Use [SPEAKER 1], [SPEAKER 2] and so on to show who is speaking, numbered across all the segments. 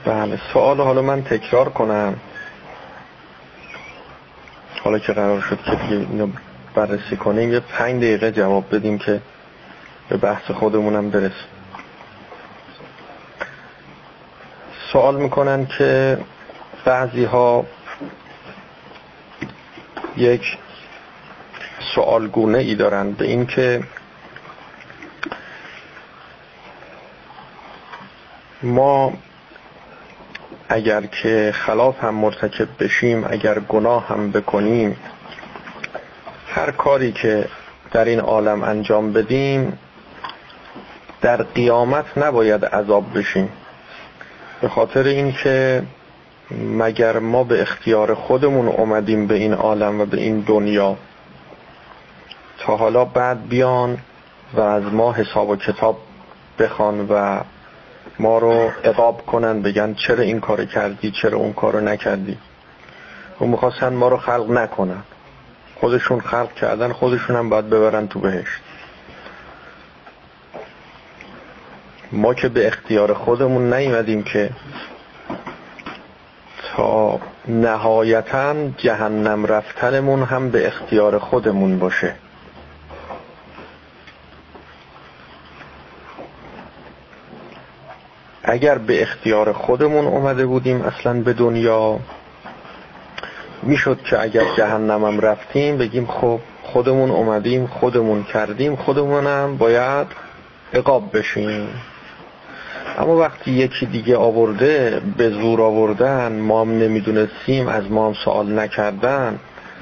[SPEAKER 1] بله، سوال حالا من تکرار کنم، حالا که قرار شد که دیگه اینو بررسی کنیم یه 5 دقیقه جواب بدیم که به بحث خودمونم برسیم. سوال میکنن که بعضی ها یک سوالگونه ای دارن به این که ما اگر که خلاف هم مرتکب بشیم، اگر گناه هم بکنیم، هر کاری که در این عالم انجام بدیم در قیامت نباید عذاب بشیم، به خاطر این که مگر ما به اختیار خودمون اومدیم به این عالم و به این دنیا تا حالا بعد بیان و از ما حساب و کتاب بخوان و ما رو عقاب کنن، بگن چرا این کار کردی، چرا اون کارو نکردی. و میخواستن ما رو خلق نکنن، خودشون خلق کردن، خودشون هم باید ببرن تو بهشت. ما که به اختیار خودمون نیومدیم که تا نهایتاً جهنم رفتنمون هم به اختیار خودمون باشه. اگر به اختیار خودمون اومده بودیم اصلا به دنیا، میشد که اگر جهنمم رفتیم بگیم خب خودمون اومدیم، خودمون کردیم، خودمونم باید عقاب بشیم. اما وقتی یکی دیگه آورده، به زور آوردن، ما هم نمیدونستیم، از ما هم سوال نکردن،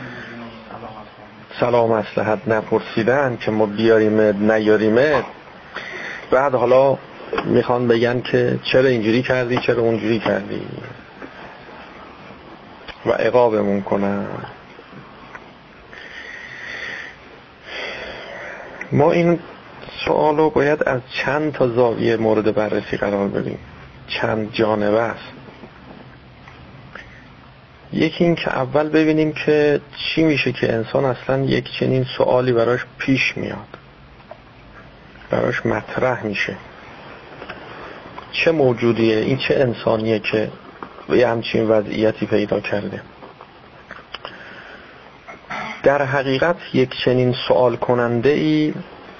[SPEAKER 1] سلام مصلحت نپرسیدن که ما بیاریمت نیاریمت، بعد حالا میخوان بگن که چرا اینجوری کردی، چرا اونجوری کردی و عقابمون کنن. ما این سوالو باید از چند تا زاویه مورد بررسی قرار بدیم، چند جانبه است. یکی این که اول ببینیم که چی میشه که انسان اصلا یک چنین سوالی براش پیش میاد، براش مطرح میشه. چه موجودیه این، چه انسانیه که یه همچین وضعیتی پیدا کرده. در حقیقت یک چنین سوال کننده ای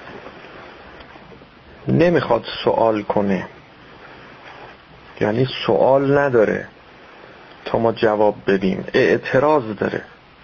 [SPEAKER 1] نمیخواد سوال کنه، یعنی سوال نداره تا ما جواب بدیم، اعتراض داره.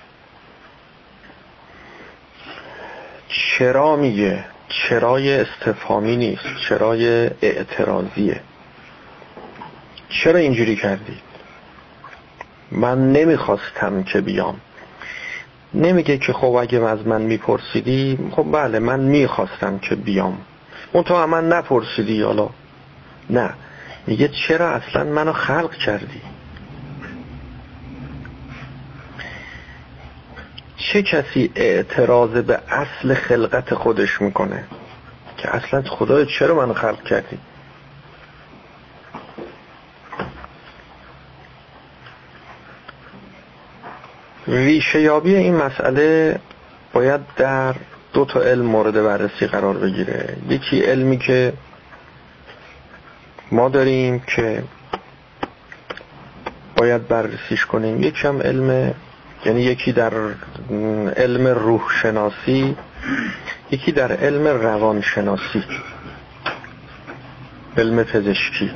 [SPEAKER 1] چرا میگه، چرای استفهامی نیست، چرای اعتراضیه. چرا اینجوری کردید؟ من نمیخواستم که بیام. نمیگه که خب اگه از من میپرسیدی، خب بله من میخواستم که بیام، اون تو من نپرسیدی، حالا نه. میگه چرا اصلا منو خلق کردی؟ چه کسی اعتراض به اصل خلقت خودش میکنه که اصلا خدای چرا منو خلق کردی؟ ریشه یابی این مسئله باید در 2 تا علم مورد بررسی قرار بگیره. یکی علمی که ما داریم که باید بررسیش کنیم، یکی هم علم، یعنی یکی در علم روح شناسی، یکی در علم روان شناسی، علم پزشکی،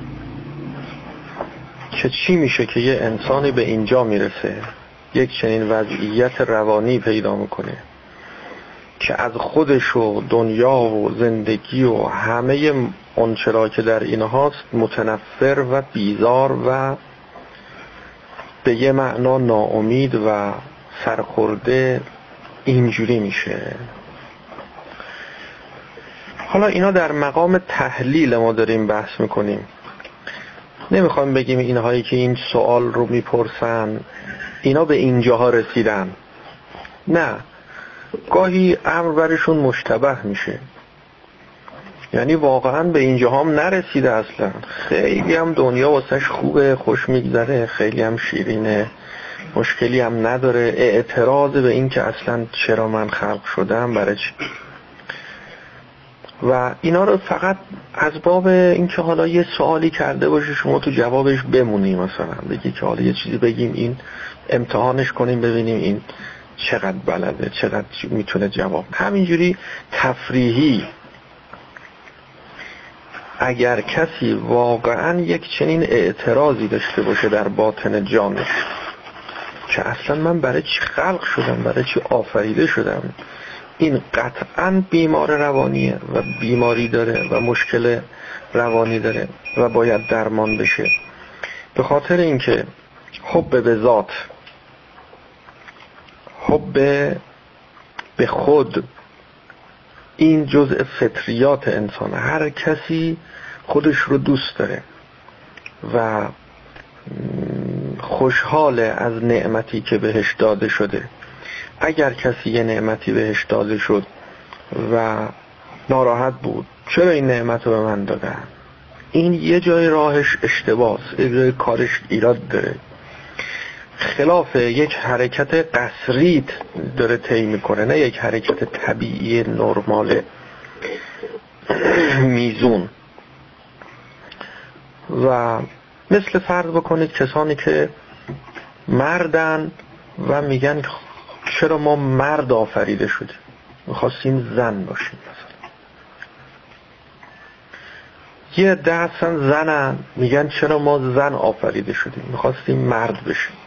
[SPEAKER 1] که چی میشه که یه انسانی به اینجا میرسه، یک چنین وضعیت روانی پیدا میکنه که از خودش و دنیا و زندگی و همه اونچرا که در اینهاست متنفر و بیزار و به یه معنا ناامید و سرخورده اینجوری میشه. حالا اینا در مقام تحلیل ما داریم بحث میکنیم، نمیخوایم بگیم اینهایی که این سوال رو میپرسن اینا به اینجاها رسیدن، نه. گاهی امر برشون مشتبه میشه، یعنی واقعا به اینجاها هم نرسیده اصلا، خیلی هم دنیا واسش خوبه، خوش میگذره، خیلی هم شیرینه، مشکلی هم نداره. اعتراض به این که اصلا چرا من خلق شدم، برای چی؟ و اینا رو فقط از باب اینکه حالا یه سوالی کرده باشه شما تو جوابش بمونی، مثلا بگی که حالا یه چیزی بگیم این امتحانش کنیم ببینیم این چقدر بلده چقدر میتونه جواب. همینجوری تفریحی اگر کسی واقعا یک چنین اعتراضی داشته باشه در باطن جانش که اصلا من برای چی خلق شدم، برای چی آفریده شدم، این قطعا بیمار روانیه و بیماری داره و مشکل روانی داره و باید درمان بشه. به خاطر اینکه حب به ذات، حب به خود، این جزء فطریات انسان. هر کسی خودش رو دوست داره و خوشحال از نعمتی که بهش داده شده. اگر کسی یه نعمتی بهش داده شد و ناراحت بود چرا این نعمت رو به من دادن، این یه جای راهش اشتباهه، یه جای کارش ایراد داره، خلاف یک حرکت قسریت داره طی میکنه، نه یک حرکت طبیعی نرمال میزون. و مثل فرض بکنید کسانی که مردن و میگن چرا ما مرد آفریده شدیم، میخواستیم زن باشیم مثلا. یه عده هستن زنن میگن چرا ما زن آفریده شدیم، میخواستیم مرد بشیم.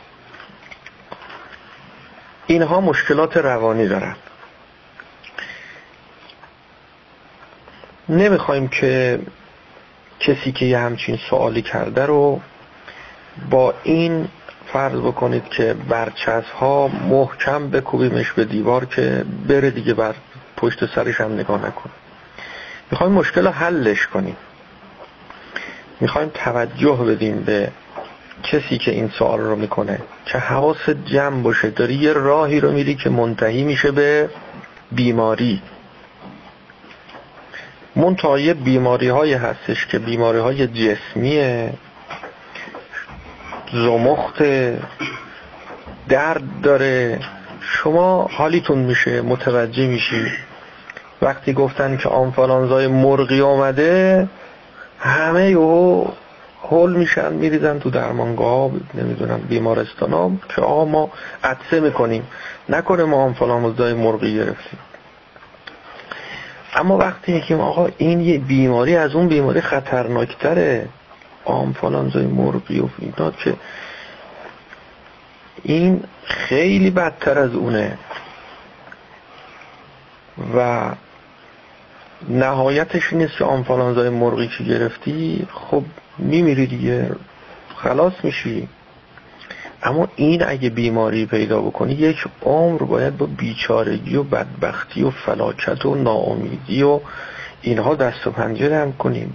[SPEAKER 1] اینها مشکلات روانی دارن. نمیخوایم که کسی که یه همچین سوالی کرده رو با این فرض بکنید که برچسب‌ها محکم بکوبیمش به دیوار که بره دیگه، بر پشت سرش هم نگاه نکن. میخوایم مشکل رو حلش کنیم. میخوایم توجه بدیم به کسی که این سوال رو میکنه که حواست جمع باشه، داری یه راهی رو میری که منتهی میشه به بیماری. منتها یه بیماری های هستش که بیماری های جسمیه، زمخت، درد داره، شما حالیتون میشه، متوجه میشی. وقتی گفتن که آنفولانزای مرغی اومده همه یهو هول میشن میریزن تو درمانگاه، نمیدونم بیمارستانا که آقا ما عطسه میکنیم نکنه ما آنفولانزای مرغی گرفتیم. اما وقتی میگیم آقا این یه بیماری از اون بیماری خطرناکتره، آنفولانزای مرغی و اینا، که این خیلی بدتر از اونه و نهایتش نیست که آنفولانزای مرغی که گرفتی خب میمیری دیگه، خلاص میشی. اما این اگه بیماری پیدا بکنی یک عمر باید با بیچارگی و بدبختی و فلاکت و ناامیدی و اینها دست و پنجه نرم کنیم.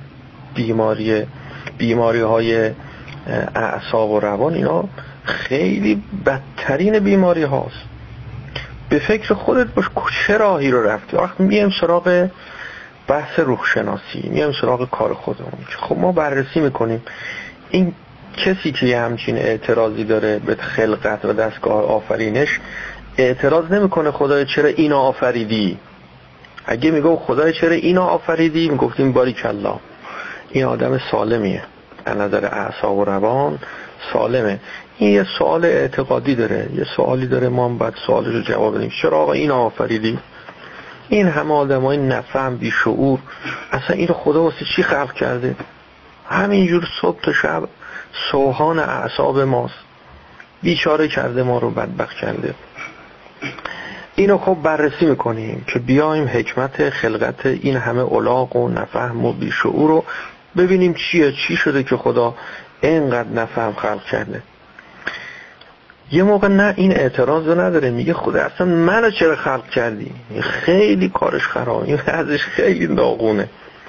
[SPEAKER 1] بیماری های اعصاب و روان اینا خیلی بدترین بیماری هاست. به فکر خودت باش چه راهی رو رفتی. وقتی میایم سراغ بحث روح شناسی، میایم سراغ کار خودمون، خب ما بررسی میکنیم این کسی که همچین اعتراضی داره به خلقت و دستگاه آفرینش، اعتراض نمیکنه خدای چرا اینو آفریدی. اگه میگو خدای چرا اینو آفریدی، میگفتیم باریکالله این آدم سالمیه، از نظر اعصاب و روان سالمه. این یه سوال اعتقادی داره، یه سوالی داره، ما هم باید سوالش رو جواب بدیم. چرا آقا اینو آفریدی؟ این همه آدمای نفهم بی شعور اصلا اینو خدا واسه چی خلق کرده؟ همینجور صبح تا شب سوهان اعصاب ماست، بیچاره کرده ما رو، بدبخت کرده. اینو خب بررسی میکنیم که بیایم حکمت خلقت این همه الاغ و نفهم و بی شعور رو ببینیم چی شده که خدا اینقدر نفهم خلق کرده. یه موقع نه این اعتراض رو نداره، میگه خدا اصلا منو چرا خلق کردی؟ خیلی کارش خرابه، این ازش خیلی داغونه.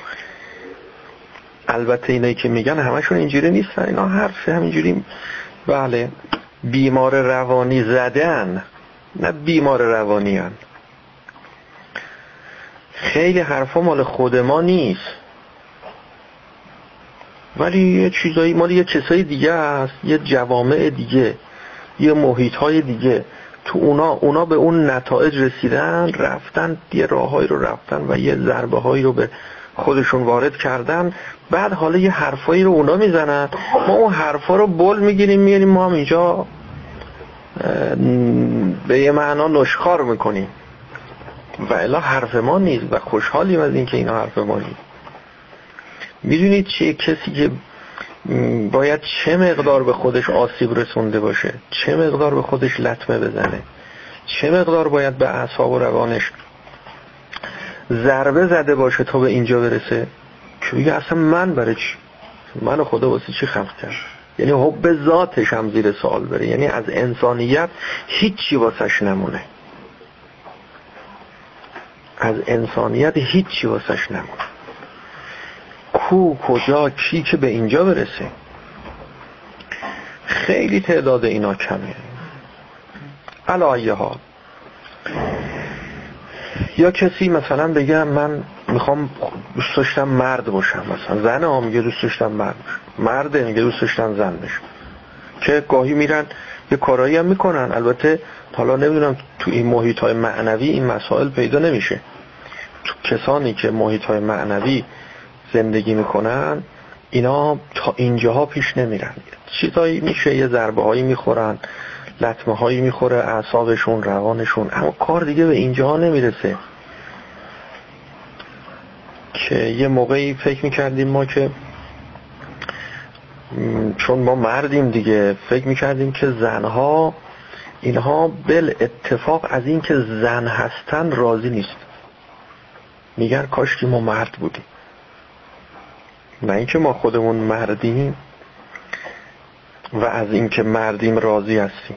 [SPEAKER 1] البته اینایی که میگن همشون اینجوری نیستن، اینا حرف همینجوری بله بیمار روانی زدن، نه بیمار روانی هن. خیلی حرفا مال خود ما نیست، ولی یه چیزایی مال یه کسای دیگه هست، یه جوامع دیگه، یه محیط های دیگه. تو اونا به اون نتایج رسیدن، رفتن یه راههایی رو رفتن و یه ضربه هایی رو به خودشون وارد کردن، بعد حالا یه حرفایی رو اونا میزنن، ما اون حرفا رو بل میگیریم میاریم ما هم اینجا به یه معنا نشخوار میکنیم و الا حرف ما نیست و خوشحالیم از این که اینا حرف ما نیست. میدونید چیه؟ کسی که باید چه مقدار به خودش آسیب رسونده باشه، چه مقدار به خودش لطمه بزنه، چه مقدار باید به اعصاب و روانش ضربه زده باشه تا به اینجا برسه که بگه اصلا من برای چی، من خدا واسه چی خلق کرد. یعنی حب ذاتش هم زیر سوال بره، یعنی از انسانیت هیچی واسش نمونه، از انسانیت هیچی واسش نمونه. کجا کی که به اینجا برسه؟ خیلی تعداد اینا کمه. علی ای حال، یا کسی مثلا بگه من میخوام دوست داشتم مرد باشم، مثلا زن ها میگه دوست داشتم مرد باشم، مرده میگه دوست داشتم زن باشم، که گاهی میرن یه کارایی هم میکنن. البته حالا نمیدونم تو این محیط های معنوی این مسائل پیدا نمیشه. تو کسانی که محیط های معنوی زندگی میکنن اینا تا اینجاها پیش نمیرن، چیزایی میشه، یه ضربه هایی میخورن، لطمه هایی میخوره اعصابشون، روانشون، اما کار دیگه به اینجاها نمیرسه. که یه موقعی فکر میکردیم ما که چون ما مردیم دیگه، فکر میکردیم که زنها اینها بل اتفاق از این که زن هستن راضی نیست، میگن کاش که ما مرد بودیم. نه اینکه ما خودمون مردیم و از اینکه مردیم راضی هستیم.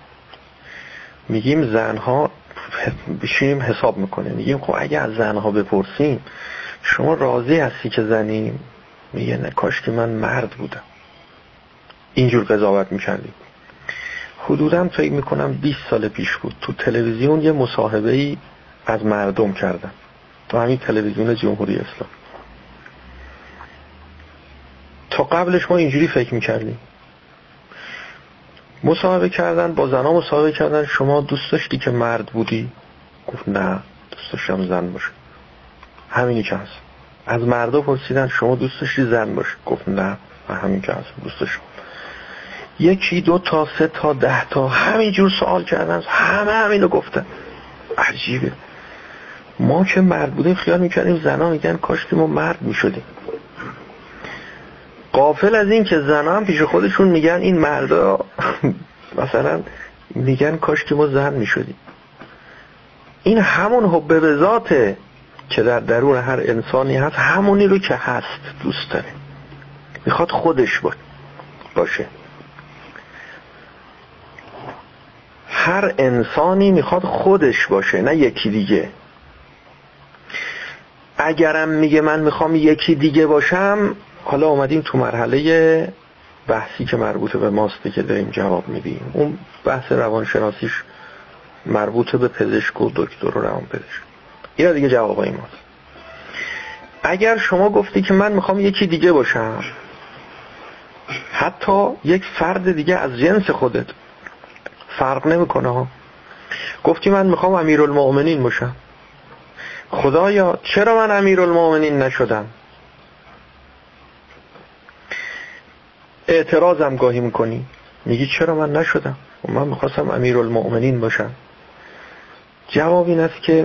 [SPEAKER 1] میگیم زنها، بشینیم حساب میکنیم، میگیم خب اگه از زنها بپرسیم شما راضی هستی که زنیم؟ میگه نه کاش که من مرد بودم. اینجور قضاوت میکردیم. حدوداً فکر میکنم 20 سال پیش بود، تو تلویزیون یه مصاحبه‌ای از مردم کردن، تو همین تلویزیون جمهوری اسلامی. تا قبلش ما اینجوری فکر میکردیم، مصاحبه کردن با زنها، مصاحبه کردن شما دوست داشتی که مرد بودی؟ گفت نه دوست داشتم زن باشه. همینی که هست. از مردا پرسیدن شما دوست داشتی زن باشه؟ گفت نه همین که هست دوست داشتم. 1 2 تا 3 تا 10 تا همینجور سوال کردن، همه همینو گفتن. عجیبه، ما که مرد بودیم خیال میکردیم زنها میگن کاش که ما مرد میشدیم، غافل از این که زنها هم پیش خودشون میگن این مردا مثلا میگن کاش که ما زن میشدیم. این همون حب به ذاته که در درون هر انسانی هست، همونی رو که هست دوست داره، میخواد خودش باشه. هر انسانی میخواد خودش باشه، نه یکی دیگه. اگرم میگه من میخوام یکی دیگه باشم، حالا اومدیم تو مرحله بحثی که مربوط به ماسته که داریم جواب میدیم. اون بحث روانشناسیش مربوط به پزشک و دکتر و روانپزشک. اینا دیگه جوابای ماست. اگر شما گفتی که من میخوام یکی دیگه باشم، حتی یک فرد دیگه از جنس خودت، فرق نمیکنه ها، گفتی من میخوام امیرالمؤمنین باشم، خدایا چرا من امیرالمؤمنین نشدم؟ اعتراضم گاهی میکنی، میگی چرا من نشدم؟ من میخواستم امیرالمؤمنین باشم. جواب این است که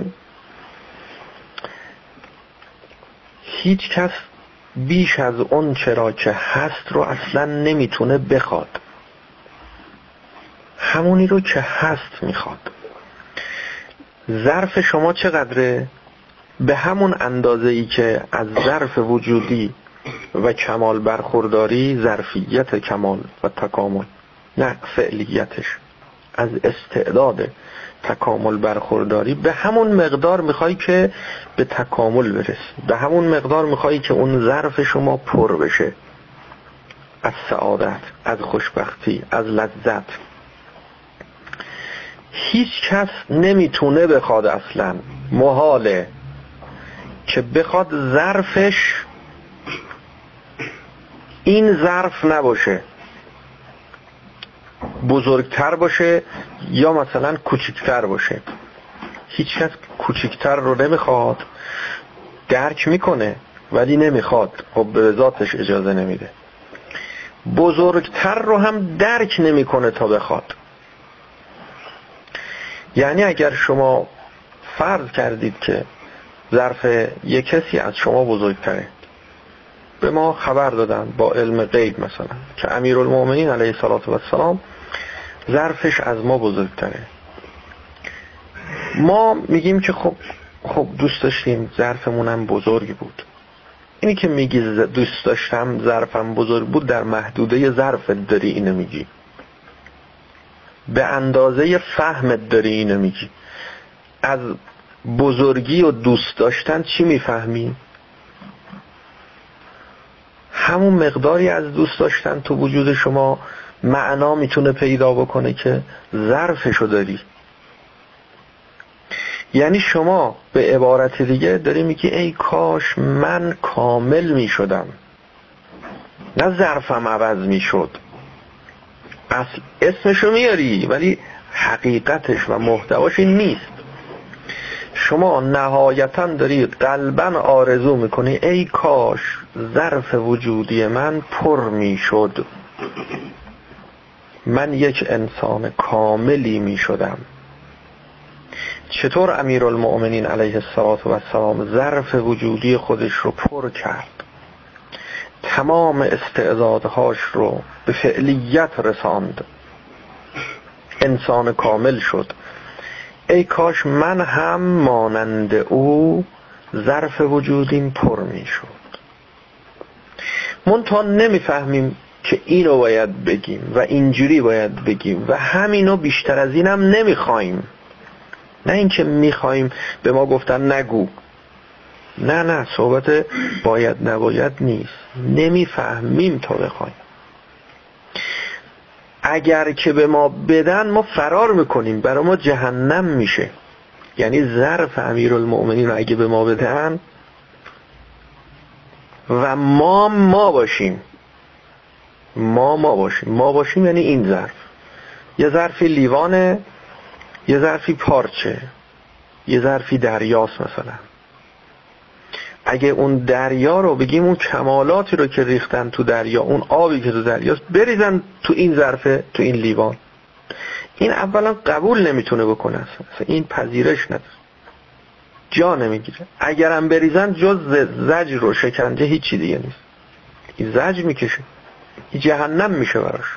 [SPEAKER 1] هیچ کس بیش از اون چرا که هست رو اصلا نمیتونه بخواد، همونی رو که هست میخواد. ظرف شما چقدره؟ به همون اندازه‌ای که از ظرف وجودی و کمال برخورداری، ظرفیت کمال و تکامل، نه فعلیتش، از استعداد تکامل برخورداری، به همون مقدار میخوای که به تکامل برسی، به همون مقدار میخوای که اون ظرف شما پر بشه از سعادت، از خوشبختی، از لذت. هیچ کس نمیتونه بخواد، اصلا محاله که بخواد ظرفش این ظرف نباشه، بزرگتر باشه یا مثلا کوچکتر باشه. هیچ کس کوچکتر رو نمیخواد، درک میکنه ولی نمیخواد، خب به ذاتش اجازه نمیده. بزرگتر رو هم درک نمیکنه تا بخواد. یعنی اگر شما فرض کردید که ظرف یک کسی از شما بزرگتره، به ما خبر دادن با علم غیب مثلا که امیرالمومنین علیه السلام ظرفش از ما بزرگتره، ما میگیم که خب دوست داشتیم ظرفمونم بزرگ بود. اینی که میگی دوست داشتم ظرفم بزرگ بود، در محدوده ظرفت داری اینو میگی، به اندازه فهمت داری اینو میگی. از بزرگی و دوست داشتن چی میفهمی؟ همون مقداری از دوست داشتن تو وجود شما معنا میتونه پیدا بکنه که ظرفشو داری. یعنی شما به عبارت دیگه داری میگی ای کاش من کامل میشدم، نه ظرفم عوض میشد. اصل اسمشو میاری ولی حقیقتش و محتواش این نیست. شما نهایتاً داری قلباً آرزو میکنی ای کاش ظرف وجودی من پر میشد، من یک انسان کاملی میشدم. چطور امیرالمؤمنین علیه السلام ظرف وجودی خودش رو پر کرد، تمام استعدادهاش رو به فعلیت رساند، انسان کامل شد. ای کاش من هم مانند او ظرف وجودیم پر می شد. منتها نمیفهمیم که اینو باید بگیم و اینجوری باید بگیم و همینو بیشتر از اینم نمیخوایم. نه اینکه میخوایم به ما گفتن نگو، نه صحبت باید نباید نیست، نمیفهمیم تا بخوایم. اگر که به ما بدن ما فرار میکنیم، برای ما جهنم میشه. یعنی ظرف امیرالمؤمنین رو اگه به ما بدن و ما باشیم، ما باشیم یعنی این ظرف، یه ظرفی لیوانه، یه ظرفی پارچه، یه ظرفی دریاست مثلا. اگه اون دریا رو بگیم، اون کمالاتی رو که ریختن تو دریا، اون آبی که تو دریاست بریزن تو این ظرفه، تو این لیوان، این اولا قبول نمیتونه بکنه، اصلا این پذیرش نداره، جا نمیگیره. اگرم بریزن جز زجر و شکنجه هیچی دیگه نیست. این زجر میکشه، این جهنم میشه براش.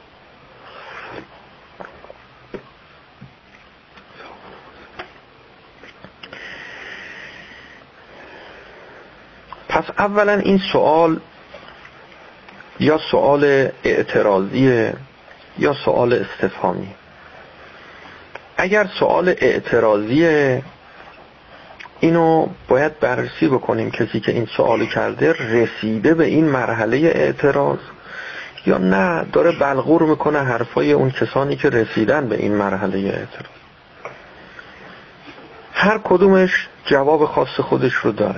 [SPEAKER 1] پس اولا این سوال یا سوال اعتراضیه یا سوال استفهامی. اگر سوال اعتراضیه، اینو باید بررسی بکنیم کسی که این سوال کرده رسیده به این مرحله اعتراض یا نه داره بلغور میکنه حرفای اون کسانی که رسیدن به این مرحله اعتراض. هر کدومش جواب خاص خودش رو داره.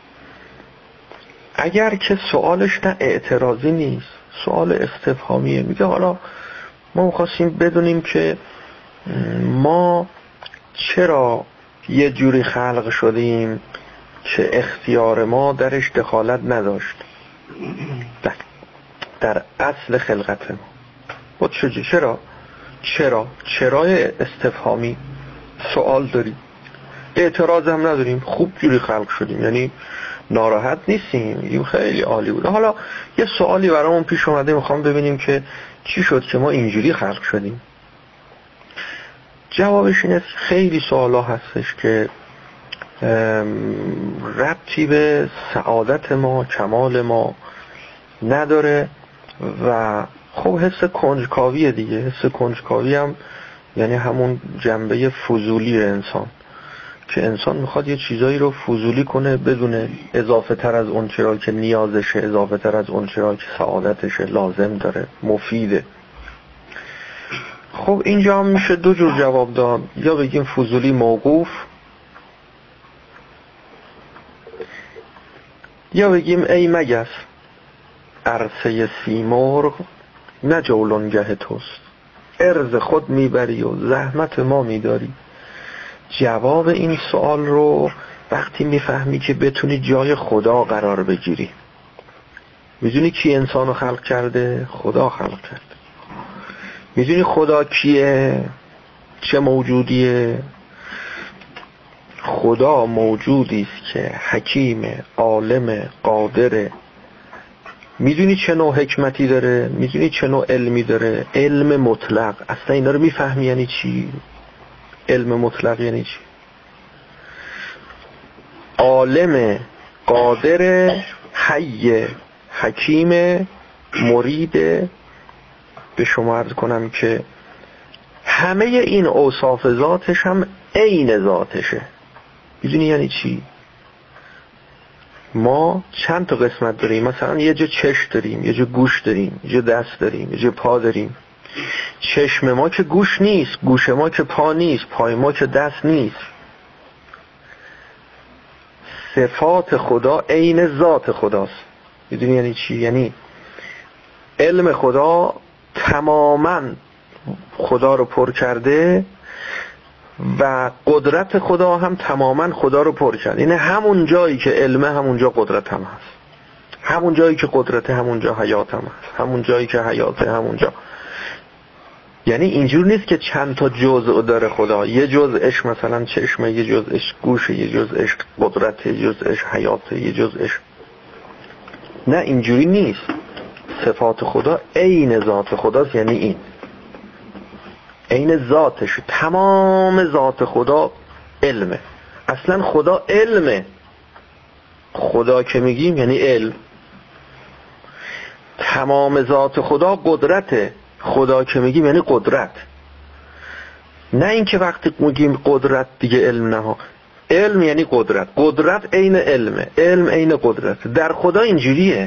[SPEAKER 1] اگر که سوالش نه اعتراضی نیست، سوال استفهامیه، میگه حالا ما می‌خواستیم بدونیم که ما چرا یه جوری خلق شدیم که اختیار ما درش دخالت نداشت در اصل خلقت ما. خود چرای استفهامی سوال داریم، اعتراض هم نداریم، خوب جوری خلق شدیم، یعنی ناراحت نیستیم، این خیلی عالی بود. حالا یه سوالی برامون پیش اومده، میخوام ببینیم که چی شد که ما اینجوری خلق شدیم. جوابش اینه خیلی سوالا هستش که ربطی به سعادت ما، کمال ما نداره و خب حس کنجکاویه دیگه. حس کنجکاوی هم یعنی همون جنبه فضولی انسان، که انسان میخواد یه چیزایی رو فضولی کنه بدونه، اضافه تر از اون چرا که نیازشه، اضافه تر از اون چرا که سعادتشه، لازم داره، مفیده. خب اینجا هم میشه دو جور جواب داد، یا بگیم فضولی موقوف، یا بگیم ای مگس عرصه سیمرغ نه جولانگه توست. عرض خود میبری و زحمت ما میداری. جواب این سوال رو وقتی میفهمی که بتونی جای خدا قرار بگیری. میدونی کی انسانو خلق کرده؟ خدا خلق کرده. میدونی خدا کیه؟ چه موجودیه؟ خدا موجودی است که حکیم، عالم، قادره. میدونی چه نوع حکمتی داره؟ میدونی چه نوع علمی داره؟ علم مطلق. اصلا اینا رو میفهمی یعنی چی؟ علم مطلق یعنی چی؟ عالم، قادر، حی، حکیم، مرید. به شما عرض کنم که همه این اوصاف ذاتش هم عین ذاتشه. میدونی یعنی چی؟ ما چند تا قسمت داریم. مثلا یه جا چشم داریم، یه جا گوش داریم، یه جا دست داریم، یه جا پا داریم. چشم ما که گوش نیست، گوش ما که پا نیست، پای ما که دست نیست. صفات خدا عین ذات خداست. میدونی یعنی چی؟ یعنی علم خدا تماما خدا رو پر کرده و قدرت خدا هم تماما خدا رو پر کرده. یعنی همون جایی که علمه همونجا قدرت هم هست، همون جایی که قدرت همونجا حیات هم هست، همون جایی که حیات همونجا. یعنی اینجور نیست که چند تا جزء داره خدا. یه جزءش مثلا چشمه، یه جزءش گوشه، یه جزءش قدرت، یه جزءش حیات، یه جزءش. نه اینجوری نیست. صفات خدا عین ذات خداست. یعنی این عین ذاتش، تمام ذات خدا علمه. اصلا خدا علمه. خدا که میگیم یعنی علم. تمام ذات خدا قدرته. خدا که میگیم یعنی قدرت. نه اینکه وقتی میگیم قدرت دیگه علم نه. علم یعنی قدرت. قدرت عین علمه. علم عین قدرت. در خدا اینجوریه.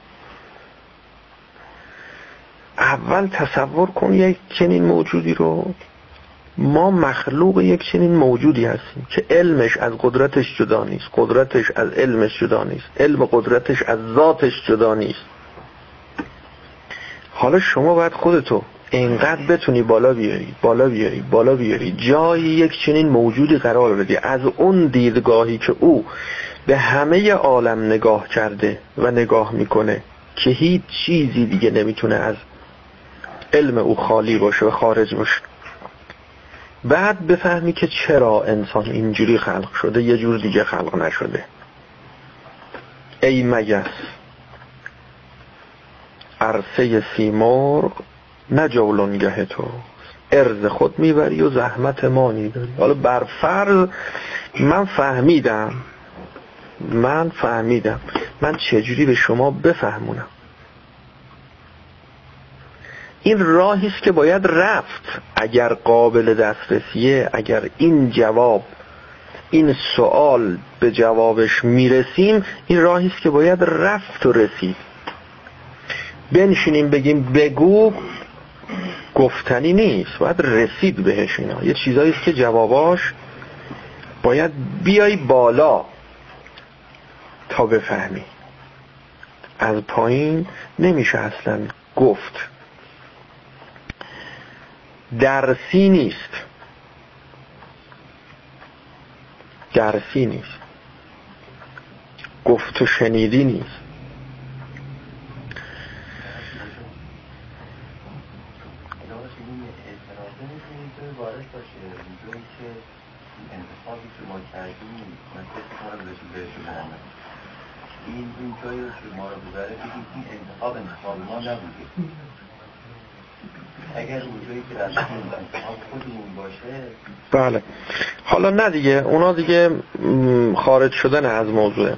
[SPEAKER 1] اول تصور کن یک چنین موجودی رو. ما مخلوق یک چنین موجودی هستیم که علمش از قدرتش جدا نیست، قدرتش از علمش جدا نیست، علم قدرتش از ذاتش جدا نیست. حالا شما باید خودتو اینقدر بتونی بالا بیاری جای یک چنین موجودی قرار بدی، از اون دیدگاهی که او به همه عالم نگاه کرده و نگاه میکنه که هیچ چیزی دیگه نمیتونه از علم او خالی باشه و خارج باشه. بعد بفهمی که چرا انسان اینجوری خلق شده، یه جور دیگه خلق نشده. ای مگس عرصه سیمرغ نه جولانگه تو، عرض خود میبری و زحمت ما میداری. حالا بر فرض من فهمیدم، من چجوری به شما بفهمونم؟ این راهی است که باید رفت. اگر قابل دسترسیه، اگر این جواب، این سوال به جوابش میرسیم، این راهی است که باید رفت و رسید. بنشینیم بگیم بگو، گفتنی نیست، باید رسید بهش. اینا یه چیزایی است که جواباش باید بیای بالا تا بفهمی. از پایین نمیشه اصلا گفت. درسی نیست. گفت و شنیدی نیست.
[SPEAKER 2] این جایی رو که ما رو ببره بگیم این انتخاب ما نبوده. اگر اونجایی که رفتیم انتخاب خودمون باشه.
[SPEAKER 1] بله. حالا نه دیگه، اونا دیگه خارج شدن از موضوع.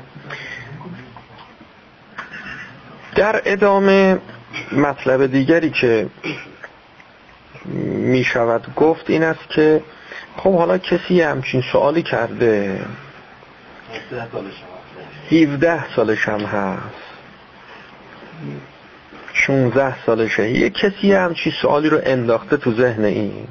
[SPEAKER 1] در ادامه مطلب دیگری که می شود گفت این است که خب حالا کسی همچین سوالی کرده، 17 سالش هم هست، 16 سالشه، یه کسی همچین سوالی رو انداخته تو ذهن این.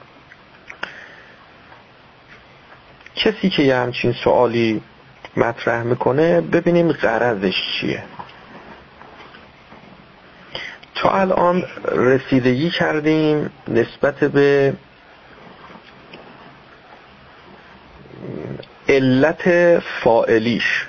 [SPEAKER 1] کسی که یه همچین سوالی مطرح میکنه ببینیم غرضش چیه. تا الان رسیدگی کردیم نسبت به علت فاعلیش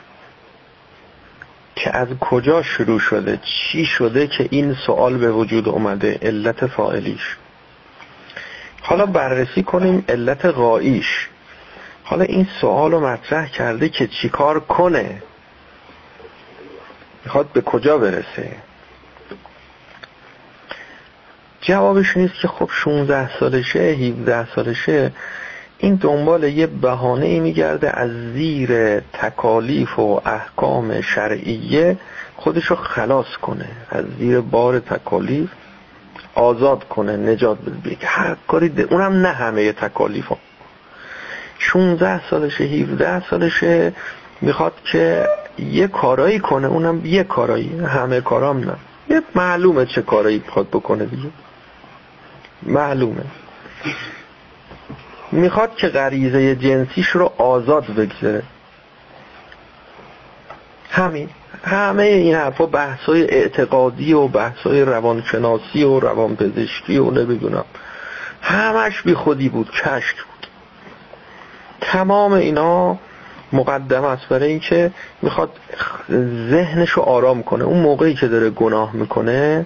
[SPEAKER 1] که از کجا شروع شده، چی شده که این سوال به وجود اومده، علت فاعلیش. حالا بررسی کنیم علت غاییش. حالا این سوال رو مطرح کرده که چیکار کنه، میخواد به کجا برسه. جوابش نیست که خب 16 سالشه 17 سالشه این دنبال یه بهانه‌ای میگرده از زیر تکالیف و احکام شرعیه خودشو خلاص کنه، از زیر بار تکالیف آزاد کنه، نجات بده، هر کاری اونم نه همه تکالیفو. 16 سالشه 17 سالشه میخواد که یه کارایی کنه، اونم یه کارایی، همه کارام نه، یه معلومه چه کارایی میخواد بکنه دیگه، معلومه. میخواد که غریزه جنسیش رو آزاد بگذاره. همه این حرفا بحثای اعتقادی و بحثای روانشناسی و روانپزشکی و نمیدونم، همش بی خودی بود، کشک بود. تمام اینا مقدمه است برای این که میخواد ذهنشو آرام کنه. اون موقعی که داره گناه میکنه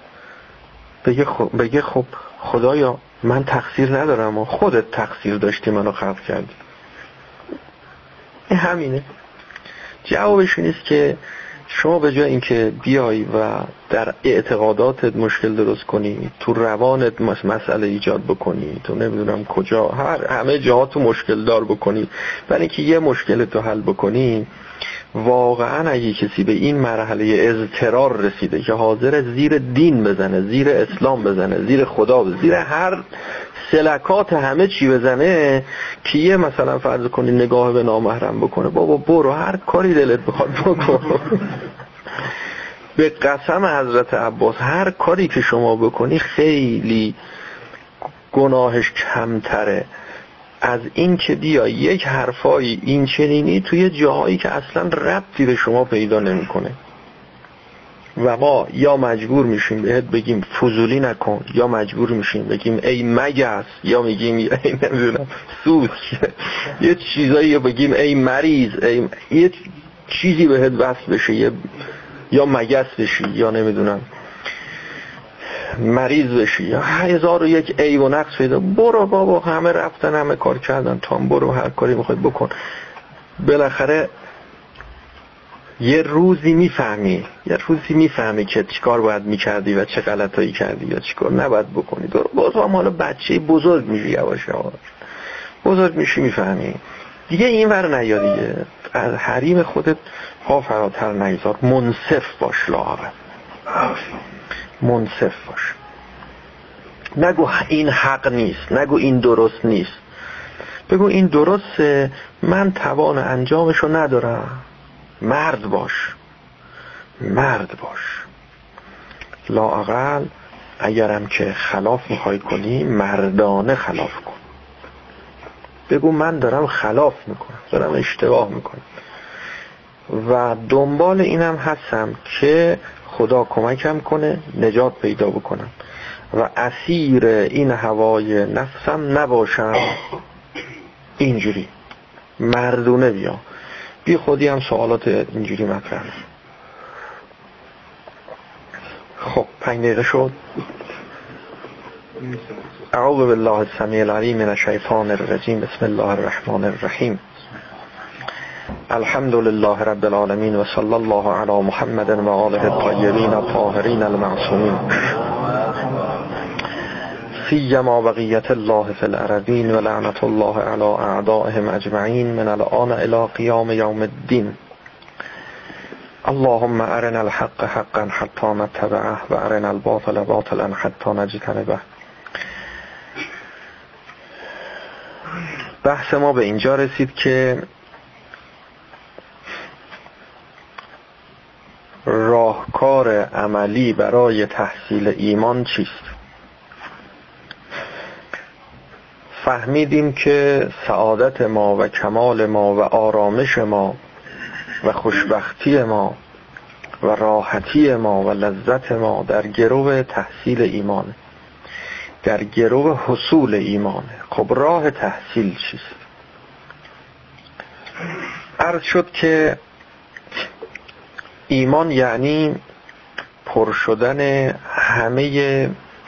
[SPEAKER 1] بگه خب خدایا من تقصیر ندارم و خودت تقصیر داشتی منو خلق کردی. این همینه. جوابش نیست که شما به جای اینکه بیای و در اعتقاداتت مشکل درست کنی، تو روانت مسئله ایجاد بکنی، تو نمیدونم کجا همه جاها تو مشکل دار بکنی، برای اینکه یه مشکل تو حل بکنی، واقعا اگه کسی به این مرحله اضطرار رسیده که حاضر زیر دین بزنه، زیر اسلام بزنه، زیر خدا بزنه، زیر هر سلکات همه چی بزنه که یه مثلا فرض کنی نگاه به نامحرم بکنه، بابا برو هر کاری دلت بخواد بکن. به قسم حضرت عباس هر کاری که شما بکنی خیلی گناهش کمتره از این که بیا یک حرفایی این چنینی توی جاهایی که اصلا ربطی به شما پیدا نمیکنه و ما یا مجبور میشیم بهت بگیم فضولی نکن، یا مجبور میشیم بگیم ای مگس، یا میگیم ای نمیدونم سوس، یه چیزایی بگیم ای مریض، یه چیزی بهت وصل بشه، یا مگس بشی، یا نمیدونم مریض بشی، یا 1001 عیب و نقص پیدا. برو بابا همه رفتن همه کار کردن، تو هم برو هر کاری میخوای بکن. بالاخره یه روزی میفهمی که چیکار باید میکردی و چه غلطایی کردی یا چیکار نباید بکنی. باز هم حالا بچه بزرگ میشی، یواش یواش بزرگ میشی میفهمی دیگه. این ور نیا دیگه، از حریم خودت پا فراتر نگذار، منصف باش، لااقل منصف باش. نگو این حق نیست، نگو این درست نیست، بگو این درسته، من توان انجامشو ندارم. مرد باش لااقل اگرم که خلاف میخوای کنی مردانه خلاف کن. بگو من دارم خلاف میکنم، دارم اشتباه میکنم و دنبال اینم هستم که خدا کمکم کنه نجات پیدا بکنم و اسیر این هوای نفسم نباشم. اینجوری مردونه بی خودی هم سوالات اینجوری مطرح. خب 5 دقیقه شد. اعوذ بالله السمیع العلیم من الشیطان الرجیم. بسم الله الرحمن الرحیم. الحمد لله رب العالمین و صلی الله علی محمد و آله الطیبین الطاهرین المعصومین، سیما بقیت الله فی الارضین و لعنت الله علی اعدائهم اجمعین من الان الی قیام یوم الدین. اللهم ارنا الحق حقا حتی نتبعه و ارنا الباطل باطلا حتی نجتنبه. بحث ما به اینجا رسید که راهکار عملی برای تحصیل ایمان چیست؟ فهمیدیم که سعادت ما و کمال ما و آرامش ما و خوشبختی ما و راحتی ما و لذت ما در گرو تحصیل ایمانه، در گرو حصول ایمانه. خب راه تحصیل چیست؟ عرض شد که ایمان یعنی پر شدن همه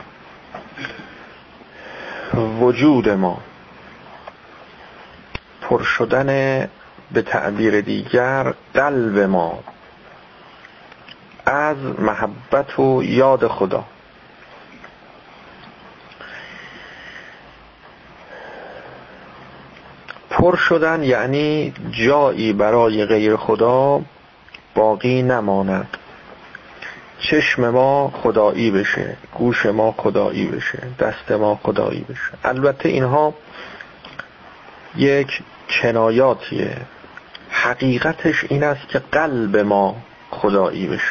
[SPEAKER 1] وجود ما، پر شدن به تعبیر دیگر قلب ما از محبت و یاد خدا. پر شدن یعنی جایی برای غیر خدا باقی نماند. چشم ما خدایی بشه، گوش ما خدایی بشه، دست ما خدایی بشه. البته اینها یک کنایاتیه، حقیقتش این است که قلب ما خدایی بشه،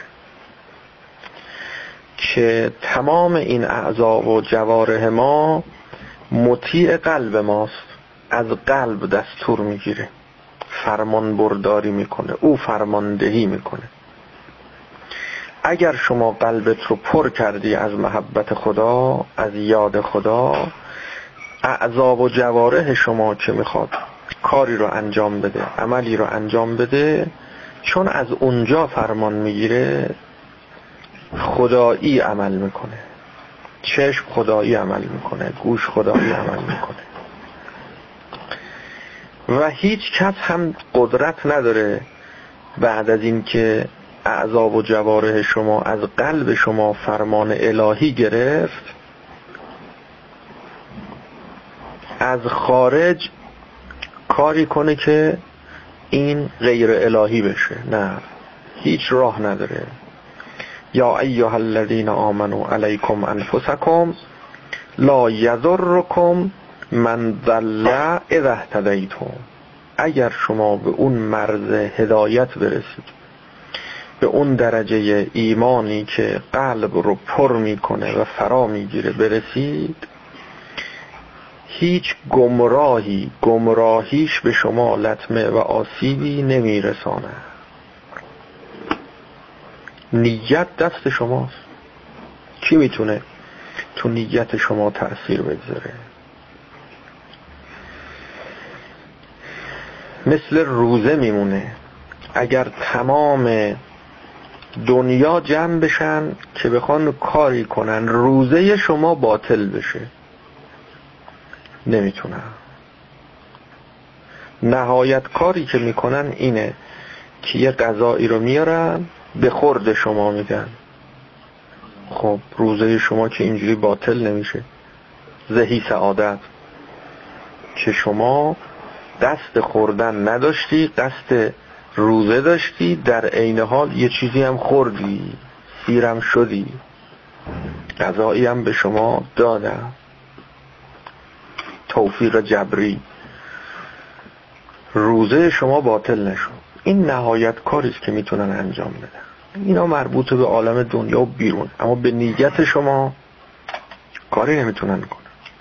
[SPEAKER 1] که تمام این اعضا و جوارح ما مطیع قلب ماست، از قلب دستور میگیره، فرمان برداری میکنه، او فرماندهی میکنه. اگر شما قلبت رو پر کردی از محبت خدا، از یاد خدا، اعضا و جوارح شما که میخواد کاری رو انجام بده، عملی رو انجام بده، چون از اونجا فرمان میگیره خدایی عمل میکنه. چشم خدایی عمل میکنه، گوش خدایی عمل میکنه و هیچ کس هم قدرت نداره بعد از این که اعضا و جوارح شما از قلب شما فرمان الهی گرفت، از خارج کاری کنه که این غیر الهی بشه. نه، هیچ راه نداره. یا ایها الذین آمنوا علیکم انفسکم لا یضرکم من ضل اذا اهتدیتم. اگر شما به اون مرز هدایت برسید، به اون درجه ایمانی که قلب رو پر میکنه و فرا میگیره برسید، هیچ گمراهیش به شما لطمه و آسیبی نمیرسانه. نیت دست شماست. کی میتونه تو نیت شما تأثیر بگذاره؟ مثل روزه میمونه. اگر تمام دنیا جمع بشن که بخوان کاری کنن روزه شما باطل بشه، نمیتونن. نهایت کاری که میکنن اینه که یه غذایی رو میارن به خورد شما میدن. خب روزه شما که اینجوری باطل نمیشه. زهی سعادت که شما دست خوردن نداشتی، دست روزه داشتی، در عین حال یه چیزی هم خوردی، سیرم شدی، غذایی هم به شما دادن. توفیق جبری. روزه شما باطل نشد. این نهایت کاریست که میتونن انجام بدن. اینا مربوط به عالم دنیا و بیرون، اما به نیت شما کاری نمیتونن کنن.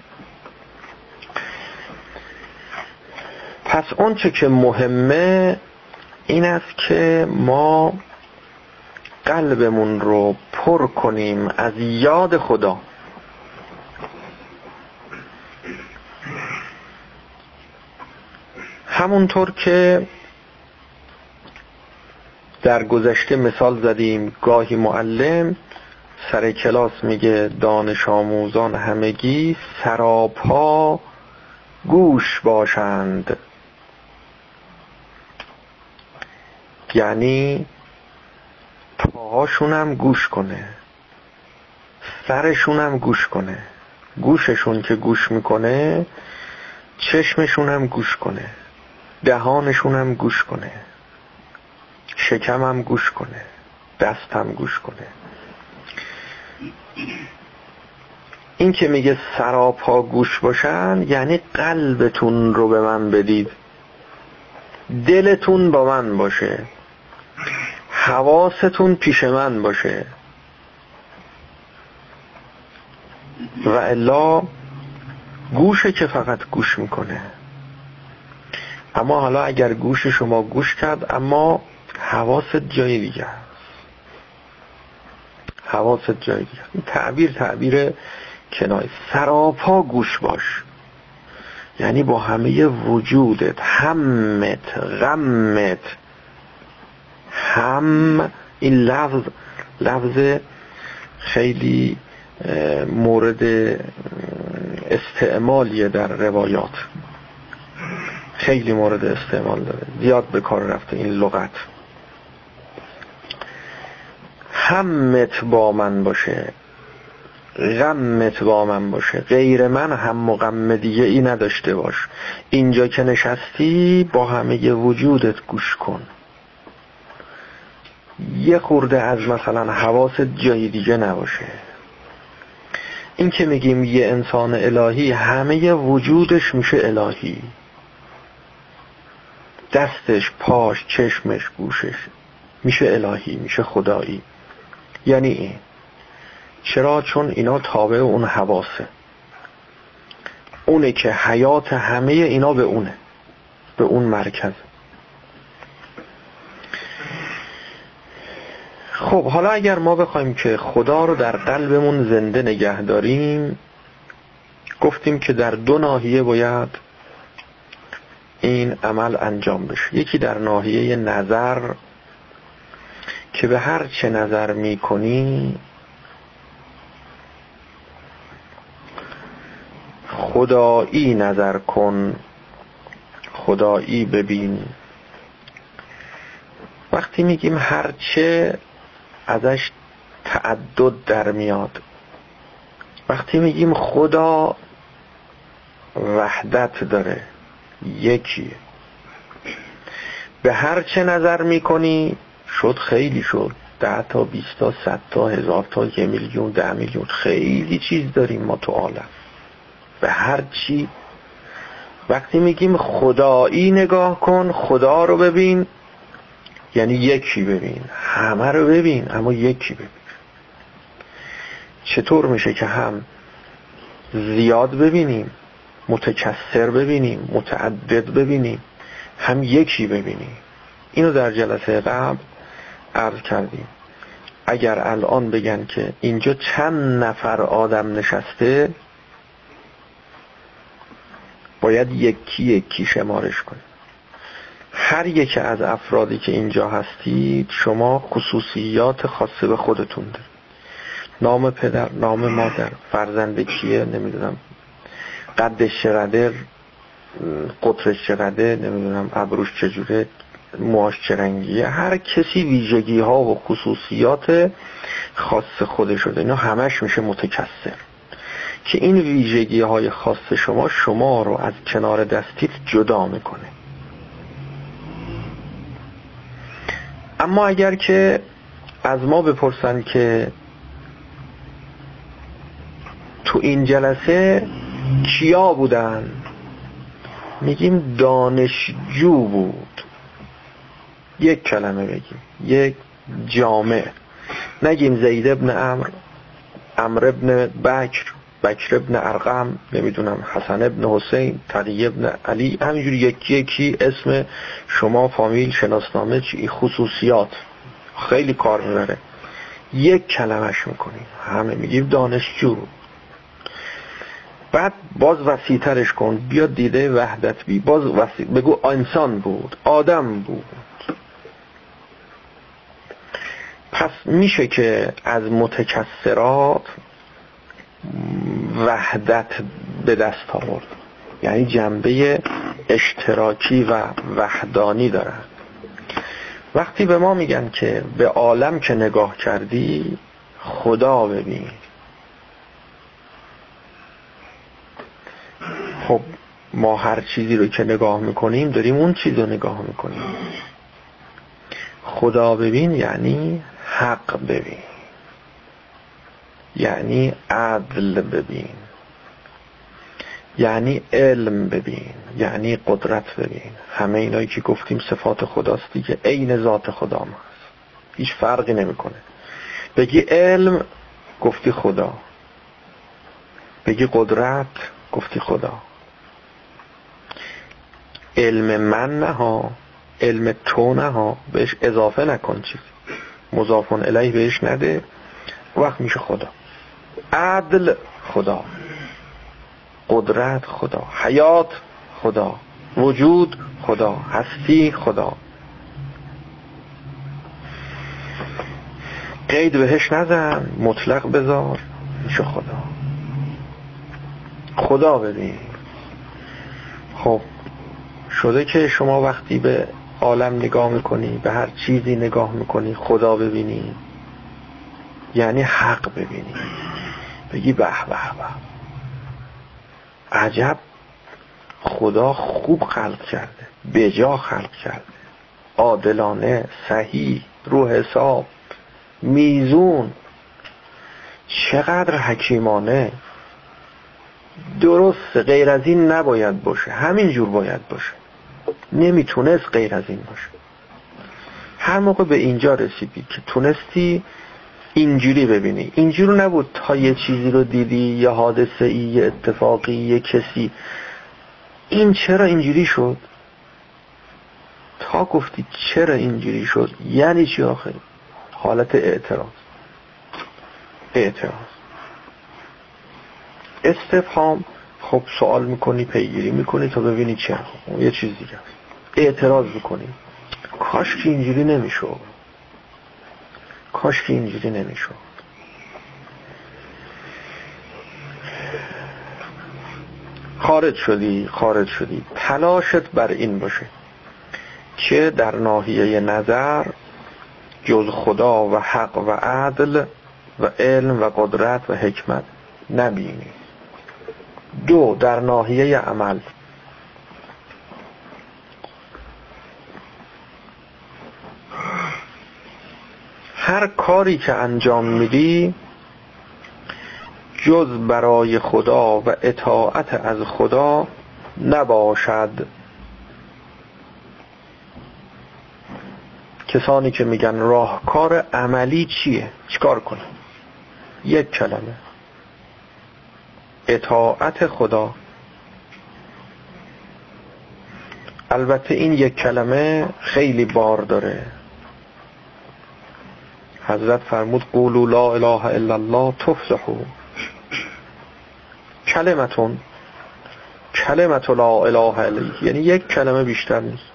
[SPEAKER 1] پس اون چه که مهمه این است که ما قلبمون رو پر کنیم از یاد خدا. همونطور که در گذشته مثال زدیم، گاهی معلم سر کلاس میگه دانش آموزان همگی سراپا گوش باشند، یعنی پاهاشونم گوش کنه، سرشونم گوش کنه. گوششون که گوش میکنه، چشمشونم گوش کنه، دهانشونم گوش کنه، شکمم گوش کنه، دستم گوش کنه. این که میگه سراپا گوش باشن یعنی قلبتون رو به من بدید، دلتون با من باشه، حواستون پیش من باشه. و الا گوشه که فقط گوش میکنه. اما حالا اگر گوش شما گوش کرد اما حواست جای دیگه است، حواست جای دیگه. این تعبیر کنایه. سراپا گوش باش یعنی با همه وجودت، همت، غمت. هم این لفظ خیلی مورد استعمالیه در روایات، خیلی مورد استعمال داره، زیاد به کار رفته این لغت. همت با من باشه، غمت با من باشه، غیر من هم و غم دیگه ای نداشته باش. اینجا که نشستی با همه وجودت گوش کن، یه خورده از مثلا حواست جای دیگه نباشه. این که میگیم یه انسان الهی همه وجودش میشه الهی، دستش، پاش، چشمش، گوشش میشه الهی، میشه خدایی. یعنی این چرا؟ چون اینا تابع اون حواسه، اونه که حیات همه اینا به اونه، به اون مرکز. خب حالا اگر ما بخوایم که خدا رو در قلبمون زنده نگه داریم، گفتیم که در دو ناحیه باید این عمل انجام بشه. یکی در ناحیه نظر که به هر چه نظر میکنی خدایی نظر کن، خدایی ببین. وقتی میگیم هر چه ازش تعدد در میاد. وقتی میگیم خدا وحدت داره، یکیه. به هر چه نظر میکنی شد، خیلی شد، 10 تا 20 تا 100 تا 1000 تا 1 میلیون 10 میلیون، خیلی چیز داریم ما تو عالم. به هر چی وقتی میگیم خدایی نگاه کن، خدا رو ببین، یعنی یکی ببین، همه رو ببین اما یکی ببین. چطور میشه که هم زیاد ببینیم، متکثر ببینیم، متعدد ببینیم، هم یکی ببینیم؟ اینو در جلسه قبل عرض کردیم. اگر الان بگن که اینجا چند نفر آدم نشسته، باید یکی یکی شمارش کنیم. هر یک از افرادی که اینجا هستید شما خصوصیات خاصه به خودتون دارید. نام پدر، نام مادر، فرزند کیه، نمیدونم قدش چقدر، قطرش چقدر، نمیدونم ابروش چجوره، موهاش چه رنگیه. هر کسی ویژگی ها و خصوصیات خاص خودش شده. اینا همش میشه متکثر، که این ویژگی های خاص شما رو از کنار دستیت جدا میکنه. اما اگر که از ما بپرسن که تو این جلسه کیا بودن، میگیم دانشجو بود. یک کلمه بگیم، یک جامع. نگیم زید ابن عمرو، عمرو ابن بکر، بکر ابن ارقم، نمیدونم حسن ابن حسین، تقی ابن علی. همینجوری یکی یکی اسم شما، فامیل، شناسنامه، چی خصوصیات خیلی کار میبره. یک کلمش میکنیم، همه میگیم دانشجو. بعد باز وسیع‌ترش کن، بیا دیده وحدت بی، باز وسیع بگو انسان بود، آدم بود. پس میشه که از متکثرات وحدت به دست آورد، یعنی جنبه اشتراکی و وحدانی دارن. وقتی به ما میگن که به عالم که نگاه کردی خدا ببین، خب ما هر چیزی رو که نگاه میکنیم داریم اون چیز رو نگاه میکنیم. خدا ببین یعنی حق ببین، یعنی عدل ببین، یعنی علم ببین، یعنی قدرت ببین. همه اینایی که گفتیم صفات خداست دیگه، عین ذات خدا ما هست، هیچ فرقی نمیکنه. بگی علم گفتی خدا، بگی قدرت گفتی خدا. علم من نه ها، علم تو نه ها، بهش اضافه نکن، چیز مضافون الیه بهش نده، وقت میشه خدا. عدل خدا، قدرت خدا، حیات خدا، وجود خدا، هستی خدا. قید بهش نزن، مطلق بذار، میشه خدا. خدا ببین. خب شده که شما وقتی به عالم نگاه میکنی، به هر چیزی نگاه میکنی، خدا ببینی، یعنی حق ببینی، بگی به به به، عجب خدا خوب خلق کرده، بجا خلق کرده، عادلانه، صحیح، رو حساب، میزون، چقدر حکیمانه. درست غیر از این نباید باشه، همین جور باید باشه، نمیتونست غیر از این باشه. هر موقع به اینجا رسیدی که تونستی اینجوری ببینی، اینجور نبود تا یه چیزی رو دیدی، یه حادثه ای، یه اتفاقی، یه کسی، این چرا اینجوری شد، تا گفتی چرا اینجوری شد، یعنی چی آخه؟ حالت اعتراض. استفهام، خب سوال میکنی، پیگیری میکنی تا ببینی چرا، یه چیز دیگه. اعتراض میکنی، کاش که اینجوری نمیشد، کاش که اینجوری نمیشد. خارج شدی، تلاشت بر این باشه که در ناحیه نظر جز خدا و حق و عدل و علم و قدرت و حکمت نبینی. دو، در ناحیه عمل هر کاری که انجام میدی جز برای خدا و اطاعت از خدا نباشد. کسانی که میگن راهکار عملی چیه، چیکار کنه؟ یک کلمه، اطاعت خدا. البته این یک کلمه خیلی بار داره. حضرت فرمود قولوا لا اله الا الله تفلحوا. کلمت لا اله الا، یعنی یک کلمه بیشتر نیست.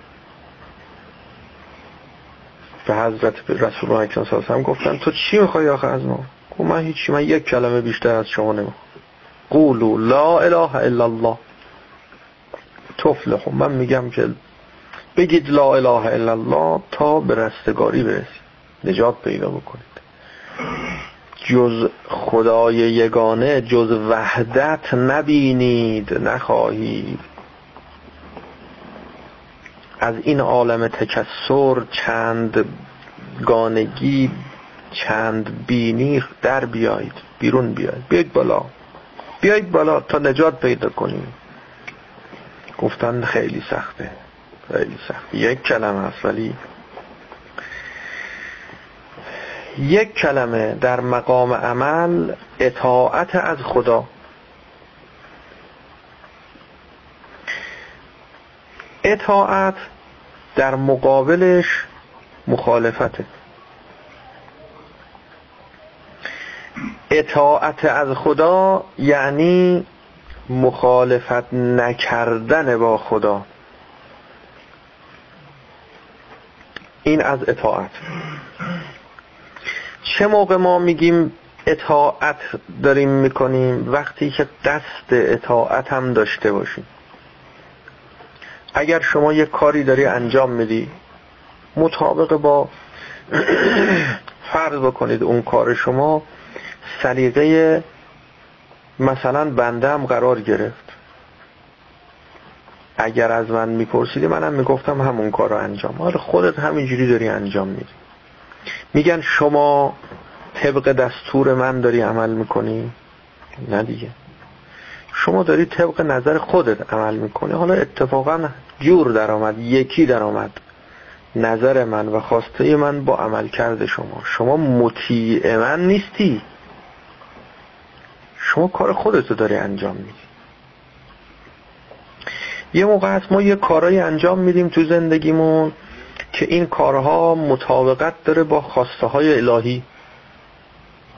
[SPEAKER 1] به حضرت رسول الله صلی الله علیه و آله گفتن تو چی میخوای آخه از ما؟ گفت من هیچی، من یک کلمه بیشتر از شما نمیخوام. قولوا لا اله الا الله تفلحوا. من میگم که بگید لا اله الا الله تا به رستگاری برسید، نجات پیدا بکنید. جز خدای یگانه، جز وحدت نبینید، نخواهید. از این عالم تکثر، چند گانگی، چند بینی در بیایید، بیرون بیایید، بیایید بالا تا نجات پیدا کنید. گفتن خیلی سخته، یک کلمه است، ولی یک کلمه در مقام عمل اطاعت از خدا. اطاعت در مقابلش مخالفته. اطاعت از خدا یعنی مخالفت نکردن با خدا. این از اطاعت. چه موقع ما میگیم اطاعت داریم میکنیم؟ وقتی که قصد اطاعت هم داشته باشیم. اگر شما یک کاری داری انجام میدی مطابق با فرض بکنید اون کار شما سلیقه مثلا بنده هم قرار گرفت، اگر از من میپرسیدی منم میگفتم همون کار رو انجام. آره خودت همینجوری داری انجام میدی. میگن شما طبق دستور من داری عمل میکنی؟ نه دیگه، شما داری طبق نظر خودت عمل میکنی. حالا اتفاقا جور در آمد، یکی در آمد نظر من و خواسته من با عمل کرده شما مطیع من نیستی، شما کار خودتو داری انجام میدی. یه موقع هست ما یه کارایی انجام میدیم تو زندگیمون که این کارها مطابقت داره با خواسته های الهی.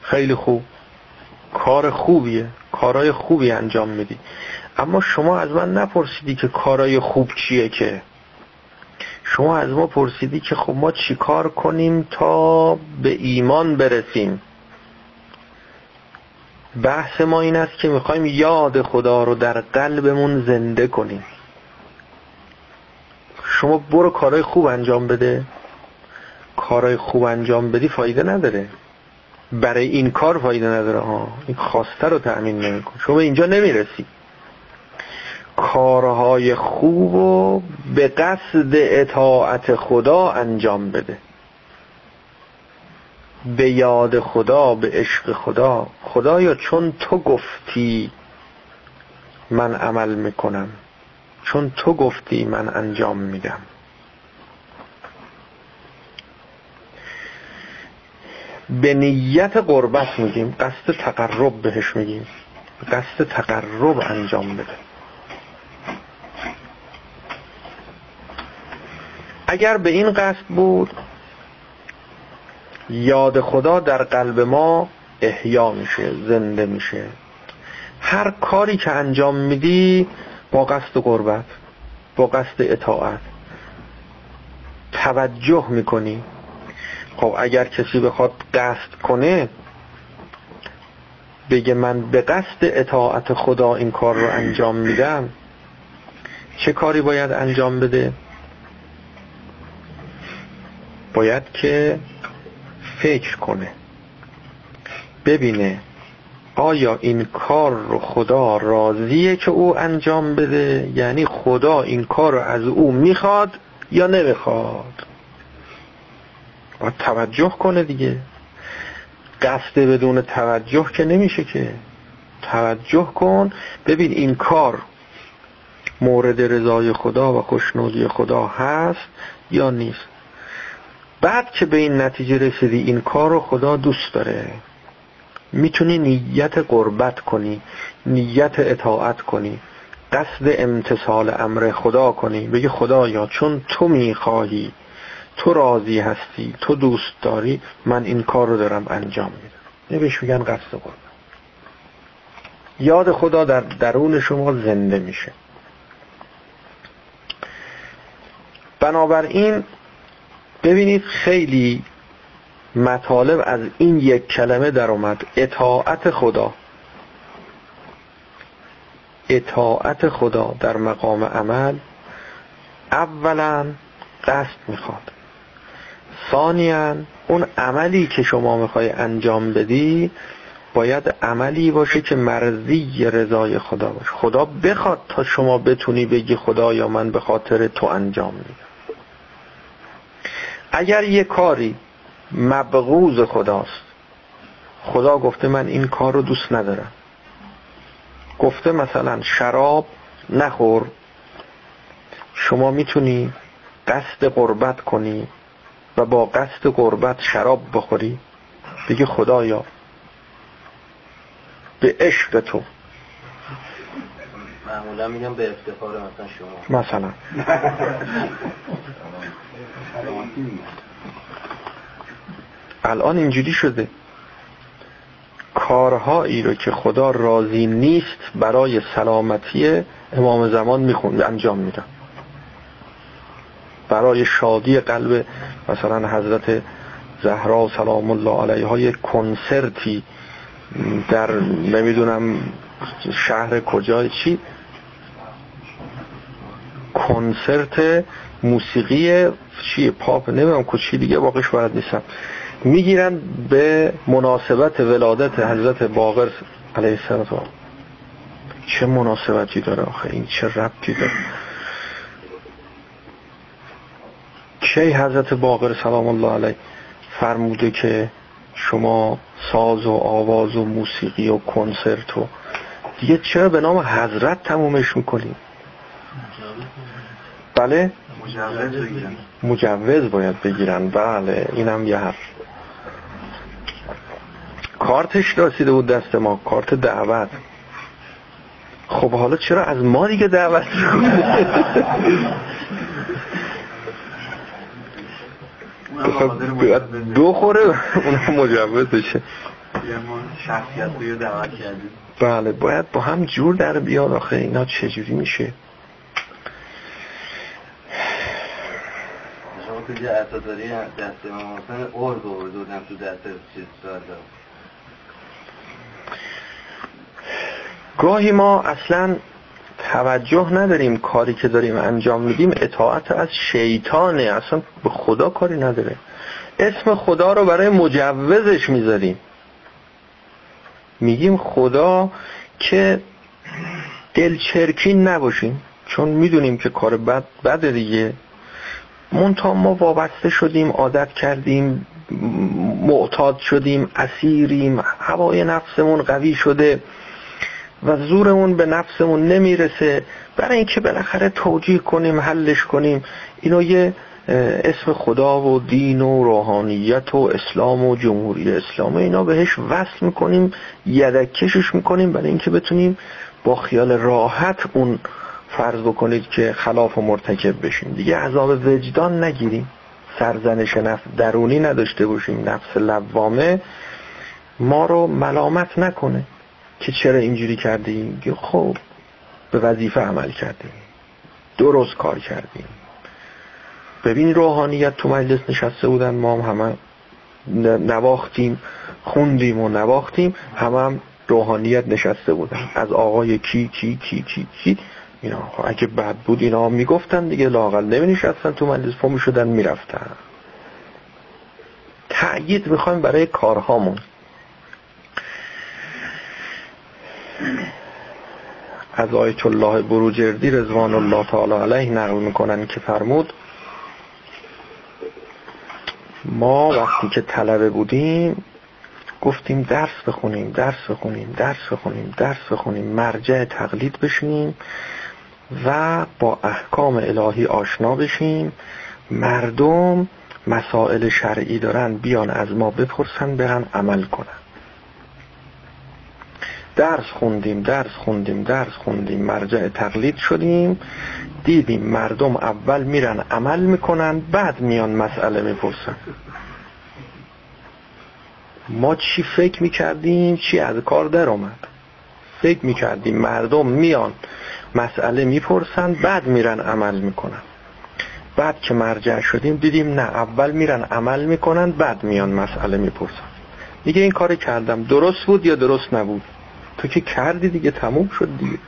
[SPEAKER 1] خیلی خوب، کار خوبیه، کارهای خوبی انجام میدی، اما شما از من نپرسیدی که کارهای خوب چیه. که شما از ما پرسیدی که خب ما چی کار کنیم تا به ایمان برسیم. بحث ما این است که میخوایم یاد خدا رو در قلبمون زنده کنیم. شما برو کارهای خوب انجام بده، کارهای خوب انجام بدی فایده نداره، برای این کار فایده نداره این خواسته رو تأمین نمی‌کنه، شما اینجا نمیرسی. کارهای خوب رو به قصد اطاعت خدا انجام بده، به یاد خدا، به عشق خدا. خدایا چون تو گفتی من عمل میکنم، چون تو گفتی من انجام میدم. به نیت قربت میگیم، قصد تقرب بهش میگیم، قصد تقرب انجام بده. اگر به این قصد بود، یاد خدا در قلب ما احیا میشه، زنده میشه. هر کاری که انجام میدی با قصد قربت، با قصد اطاعت توجه میکنی. خب اگر کسی بخواد قصد کنه بگه من به قصد اطاعت خدا این کار رو انجام میدم، چه کاری باید انجام بده؟ باید که فکر کنه، ببینه آیا این کار رو خدا راضیه که او انجام بده، یعنی خدا این کار رو از او میخواد یا نمیخواد. باید توجه کنه دیگه. قصد بدون توجه که نمیشه که. توجه کن ببین این کار مورد رضای خدا و خوشنودی خدا هست یا نیست. بعد که به این نتیجه رسیدی این کار رو خدا دوست داره، میتونی نیت قربت کنی، نیت اطاعت کنی، قصد امتثال امر خدا کنی. بگی خدایا چون تو میخواهی، تو راضی هستی، تو دوست داری، من این کار رو دارم انجام میدم. نه بهش میگن قصد قربت. یاد خدا در درون شما زنده میشه. بنابراین ببینید خیلی مطالب از این یک کلمه در اومد، اطاعت خدا. اطاعت خدا در مقام عمل اولا قصد میخواد، ثانیاً اون عملی که شما میخوای انجام بدی باید عملی باشه که مرضی رضای خدا باشه. خدا بخواد تا شما بتونی بگی خدایا من به خاطر تو انجام میدم. اگر یه کاری مبغوض خداست، خدا گفته من این کار رو دوست ندارم، گفته مثلا شراب نخور، شما میتونی قصد قربت کنی و با قصد قربت شراب بخوری، بگی خدایا به عشق تو.
[SPEAKER 2] معمولا میگم به افتخار مثلا شما،
[SPEAKER 1] مثلا الان اینجوری شده کارهایی رو که خدا راضی نیست برای سلامتی امام زمان میخوند انجام میدن، برای شادی قلب مثلا حضرت زهرا سلام الله علیها یک کنسرتی در نمیدونم شهر کجای چی، کنسرت موسیقی چی پاپ نمیدونم کچی دیگه واقعش بلد نیستم، میگیرن به مناسبت ولادت حضرت باقر علیه السلام. چه مناسبتی داره آخه این؟ چه ربطی داره؟ کی حضرت باقر سلام الله علیه فرموده که شما ساز و آواز و موسیقی و کنسرت و دیگه چرا به نام حضرت تمومش میکنیم؟ بله مجوز باید بگیرن. بله اینم یه حرف. کارتش رسیده بود دست ما، کارت دعوت. خب حالا چرا از ما دیگه دعوت بخوره اونم مجوز بشه؟
[SPEAKER 2] ما شخصیت رو دعوت کردیم.
[SPEAKER 1] بله باید با هم جور در بیاد. آخه اینا چجوری میشه؟
[SPEAKER 2] شما تو یه عطاداری دست امام حسین ارد بودم تو دست چیز دادم.
[SPEAKER 1] گاهی ما اصلا توجه نداریم کاری که داریم انجام میدیم اطاعت از شیطانه، اصلا به خدا کاری نداره. اسم خدا رو برای مجوزش میذاریم، میگیم خدا که دلچرکین نباشیم، چون میدونیم که کار بده دیگه. منتها ما وابسته شدیم، عادت کردیم، معتاد شدیم، اسیریم، هوای نفسمون قوی شده و زورمون به نفسمون نمیرسه. برای اینکه بالاخره توجیه کنیم، حلش کنیم، اینو یه اسم خدا و دین و روحانیت و اسلام و جمهوری اسلامی اینا بهش وصل میکنیم، یدکشش میکنیم، برای اینکه بتونیم با خیال راحت اون فرض بکنید که خلاف و مرتکب بشیم، دیگه عذاب وجدان نگیریم، سرزنش نفس درونی نداشته باشیم، نفس لوامه ما رو ملامت نکنه که چرا اینجوری کردیم. خب به وظیفه عمل کردیم، درست کار کردیم. ببین روحانیت تو مجلس نشسته بودن، ما هم نواختیم، خوندیم و نواختیم، هم روحانیت نشسته بودن، از آقای کی کی کی کی کی اینا. اگه بد بود اینا میگفتن دیگه، لااقل نمی‌نشستن تو مجلس، پا می‌شدن میرفتن. تأیید میخوایم برای کارهامون. از آیت الله بروجردی رضوان الله تعالی علیه نقل میکنن که فرمود ما وقتی که طلبه بودیم گفتیم درس بخونیم، مرجع تقلید بشیم و با احکام الهی آشنا بشیم. مردم مسائل شرعی دارن بیان از ما بپرسن، برن عمل کنن. درس خوندیم، مرجع تقلید شدیم، دیدیم مردم اول میرن عمل میکنن، بعد میان مسئله میپرسن. ما چی فکر میکردیم، چی از کار در اومد؟ فکر میکردیم مردم میان مسئله میپرسن، بعد میرن عمل میکنن. بعد که مرجع شدیم دیدیم نه، اول میرن عمل میکنن، بعد میان مسئله میپرسن. دیگه این کار کردم، درست بود یا درست نبود؟ تو که کردی دیگه، تموم شد دیگه.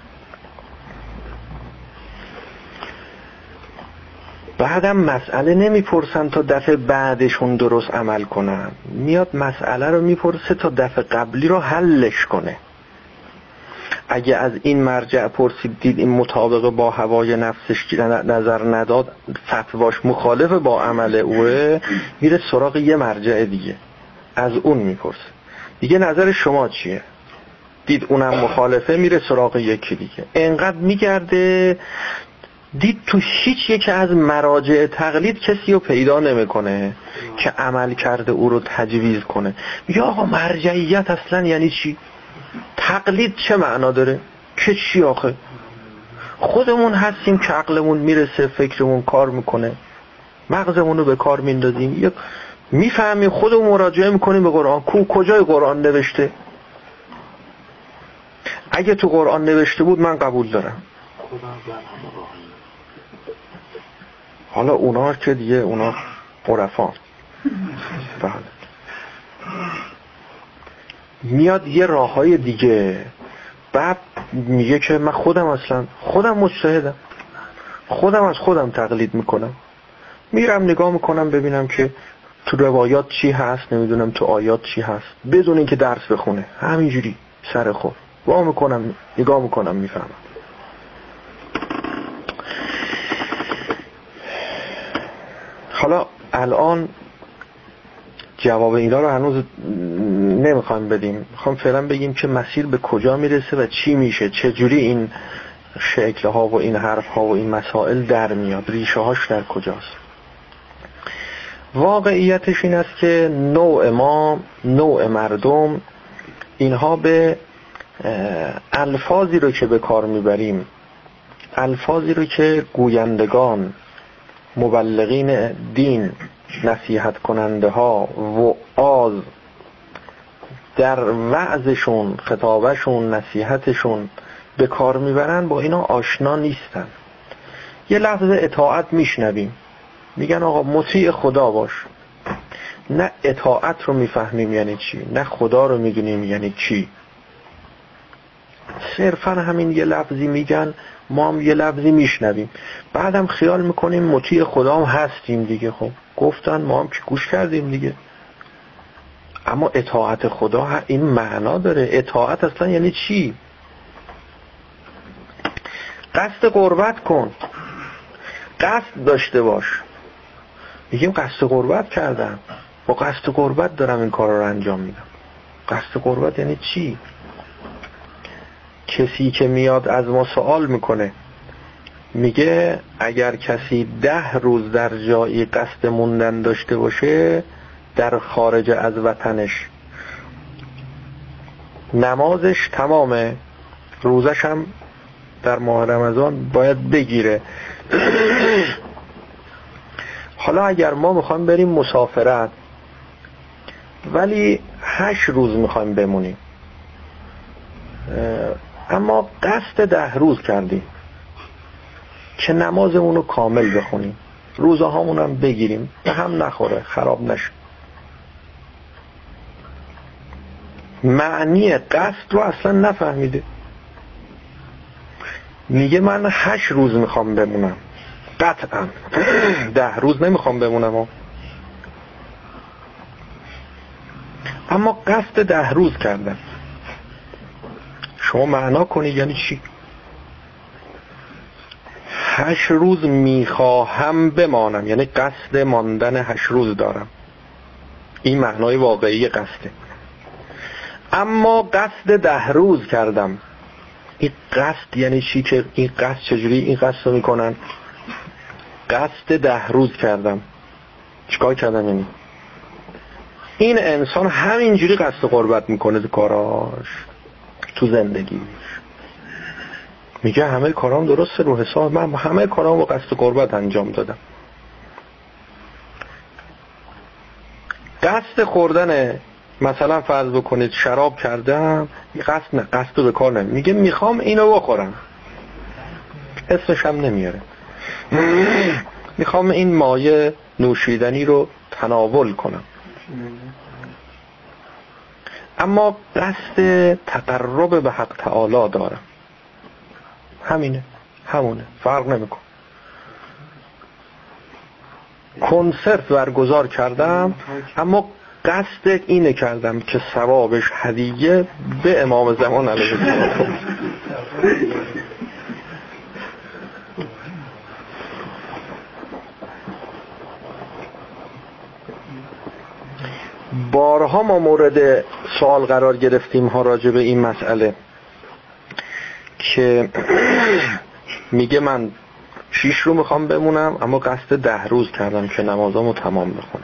[SPEAKER 1] بعدم مسئله نمیپرسن تا دفعه بعدشون درست عمل کنن، میاد مسئله رو میپرسه تا دفعه قبلی رو حلش کنه. اگه از این مرجع پرسید دید این مطابق با هوای نفسش نظر نداد، فتواش مخالف با عمل اوه، میره سراغ یه مرجع دیگه، از اون میپرسه دیگه نظر شما چیه؟ دید اونم مخالفه، میره سراغ یکی دیگه. اینقدر میگرده، دید تو هیچ یک از مراجع تقلید کسی رو پیدا نمیکنه که عمل کرده او رو تجویز کنه. میگه آقا مرجعیت اصلا یعنی چی؟ تقلید چه معنا داره؟ که چی آخه؟ خودمون هستیم که عقلمون میرسه، فکرمون کار میکنه، مغزمون رو به کار میندازیم، میفهمیم، خودمون مراجعه میکنیم به قرآن. کجای قرآن نوشته؟ اگه تو قرآن نوشته بود من قبول دارم. حالا اونا که دیگه اونا عرفان. بله. میاد یه راههای دیگه، بعد میگه که من خودم مجتهدم، خودم از خودم تقلید میکنم، میرم نگاه میکنم ببینم که تو روایات چی هست، نمیدونم تو آیات چی هست، بدون اینکه درس بخونه، همینجوری سر خود نگاه میکنم میفهمم. حالا الان جواب اینا رو هنوز نمیخوایم بدیم، میخوام فعلا بگیم که مسیر به کجا میرسه و چی میشه، چجوری این شکل ها و این حرف ها و این مسائل در میاد، ریشه هاش در کجاست. واقعیتش این است که نوع ما، نوع مردم، اینها به الفاظی رو که به کار میبریم، الفاظی رو که گویندگان، مبلغین دین، نصیحت کننده ها، وعاظ در وعظشون، خطابشون، نصیحتشون به کار میبرن با اینا آشنا نیستن. یه لفظ اطاعت میشنویم میگن آقا مطیع خدا باش، نه اطاعت رو میفهمیم یعنی چی، نه خدا رو میدونیم یعنی چی. صرفا همین یه لفظی میگن، ما هم یه لفظی میشنویم، بعدم خیال میکنیم مطیع خدا هم هستیم دیگه. خب گفتن ما هم که گوش کردیم دیگه. اما اطاعت خدا این معنا داره. اطاعت اصلا یعنی چی؟ قصد قربت کن، قصد داشته باش. میگیم قصد قربت کردم، با قصد قربت دارم این کار رو انجام میدم. قصد قربت یعنی چی؟ کسی که میاد از ما سوال میکنه میگه اگر کسی 10 روز در جایی قصد موندن داشته باشه در خارج از وطنش، نمازش تمامه، روزش هم در ماه رمضان باید بگیره. حالا اگر ما میخوایم بریم مسافرت ولی 8 روز میخوایم بمونیم، اما قصد 10 روز کردیم که نمازمون رو کامل بخونیم، روزهامون هم بگیریم، به هم نخوره، خراب نشه. معنی قصد رو اصلا نفهمیده، میگه من 8 روز میخوام بمونم، قطعا 10 روز نمیخوام بمونم، اما قصد 10 روز کردم. شما معنا کنید یعنی چی؟ 8 روز میخواهم بمانم، یعنی قصد ماندن 8 روز دارم. این معنای واقعی قصده. اما قصد 10 روز کردم، این قصد یعنی چی؟ که این قصد چجوری این قصد رو میکنن؟ قصد 10 روز کردم، چیکار کردم؟ یعنی این انسان همینجوری قصد قربت میکنه تو کاراش، تو زندگیش. میگه همه کارام درسته، رو حساب من همه کارام با قصد قربت انجام دادم. قصد خوردن، مثلا فرض بکنید شراب کردم، قصد نه، قصد رو به کار نمی، میگه میخوام اینو بخورم، اسمش هم نمیاره، میخوام این مایه نوشیدنی رو تناول کنم. اما قصد تقرب به حق تعالی دارم، همونه، فرق نمیکن. کنسرت برگزار کردم اما قصد اینه کردم که ثوابش هدیه به امام زمان علیه السلام. بارها ما مورد سوال قرار گرفتیم ها راجع به این مسئله که میگه من 6 رو میخوام بمونم اما قصد 10 روز کردم که نمازامو تمام بخونم.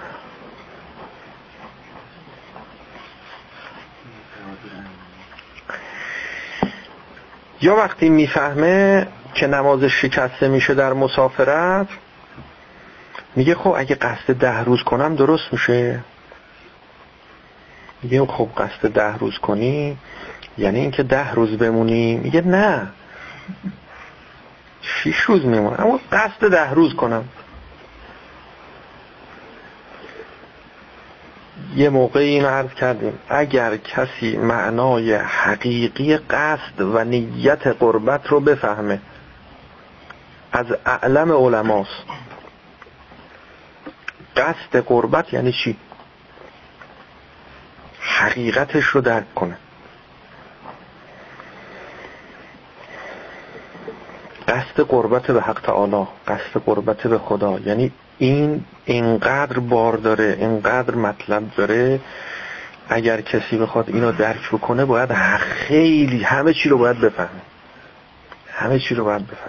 [SPEAKER 1] یا وقتی میفهمه که نمازش شکسته میشه در مسافرت، میگه خب اگه قصد 10 روز کنم درست میشه. میگه خب قصد 10 روز کنی یعنی اینکه 10 روز بمونی. میگه نه، 6 روز میمونم اما قصد 10 روز کنم. یه موقعی اینو عرض کردیم، اگر کسی معنای حقیقی قصد و نیت قربت رو بفهمه، از اعلم علماست، قصد قربت یعنی چی، حقیقتش رو درک کنه. قصد قربت به حق تعالی، قصد قربت به خدا، یعنی این اینقدر بار داره، اینقدر مطلب داره. اگر کسی بخواد اینو درک بکنه باید خیلی همه چی رو باید بفهمه، همه چی رو باید بفهمه.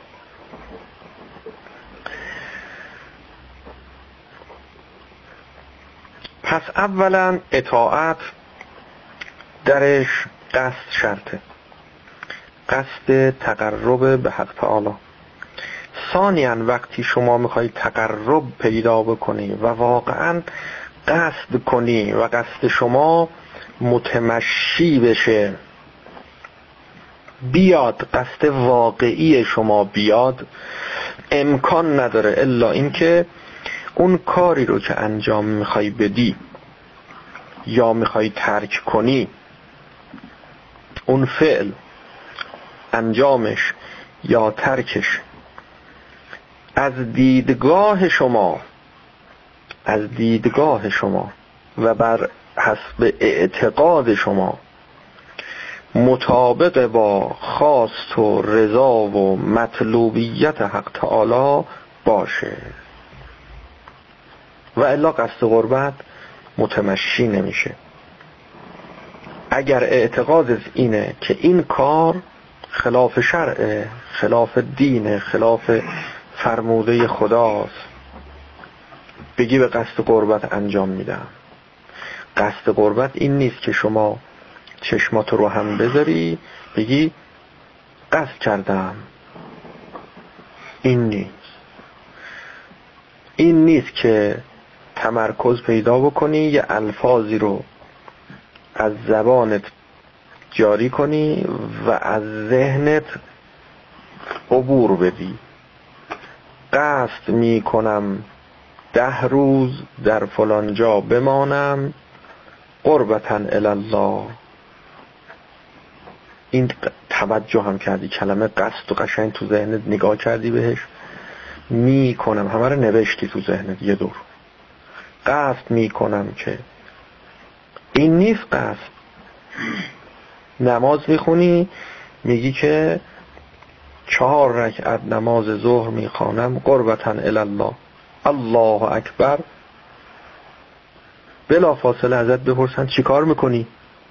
[SPEAKER 1] پس اولا اطاعت درش قصد شرطه، قصد تقرب به حق تعالی. ثانیاً وقتی شما میخوای تقرب پیدا بکنی و واقعاً قصد کنی و قصد شما متمشی بشه، بیاد، قصد واقعی شما بیاد، امکان نداره الا اینکه اون کاری رو که انجام میخوای بدی یا میخوای ترک کنی، اون فعل انجامش یا ترکش از دیدگاه شما و بر حسب اعتقاد شما مطابق با خواست و رضا و مطلوبیت حق تعالی باشه، و الا قصد قربت متمشی نمیشه. اگر اعتقاد اینه که این کار خلاف شرع، خلاف دین، خلاف فرموده خداست، بگی به قصد قربت انجام میدم. قصد قربت این نیست که شما چشمات رو هم بذاری بگی قصد کردم. این نیست که تمرکز پیدا بکنی، یه الفاظی رو از زبانت جاری کنی و از ذهنت عبور بدی. قصد می کنم 10 روز در فلان جا بمانم قربتاً الله. این توجه هم کردی کلمه قصد و قشنگ تو ذهنت نگاه کردی بهش، می کنم همه رو نوشتی تو ذهنت یه دور. قصد می کنم که این نیست قصد. نماز میخونی میگی که 4 رکعت نماز ظهر میخوانم قربتاً الله، الله اکبر. بلا فاصله ازت بپرسن چی کار میکنی؟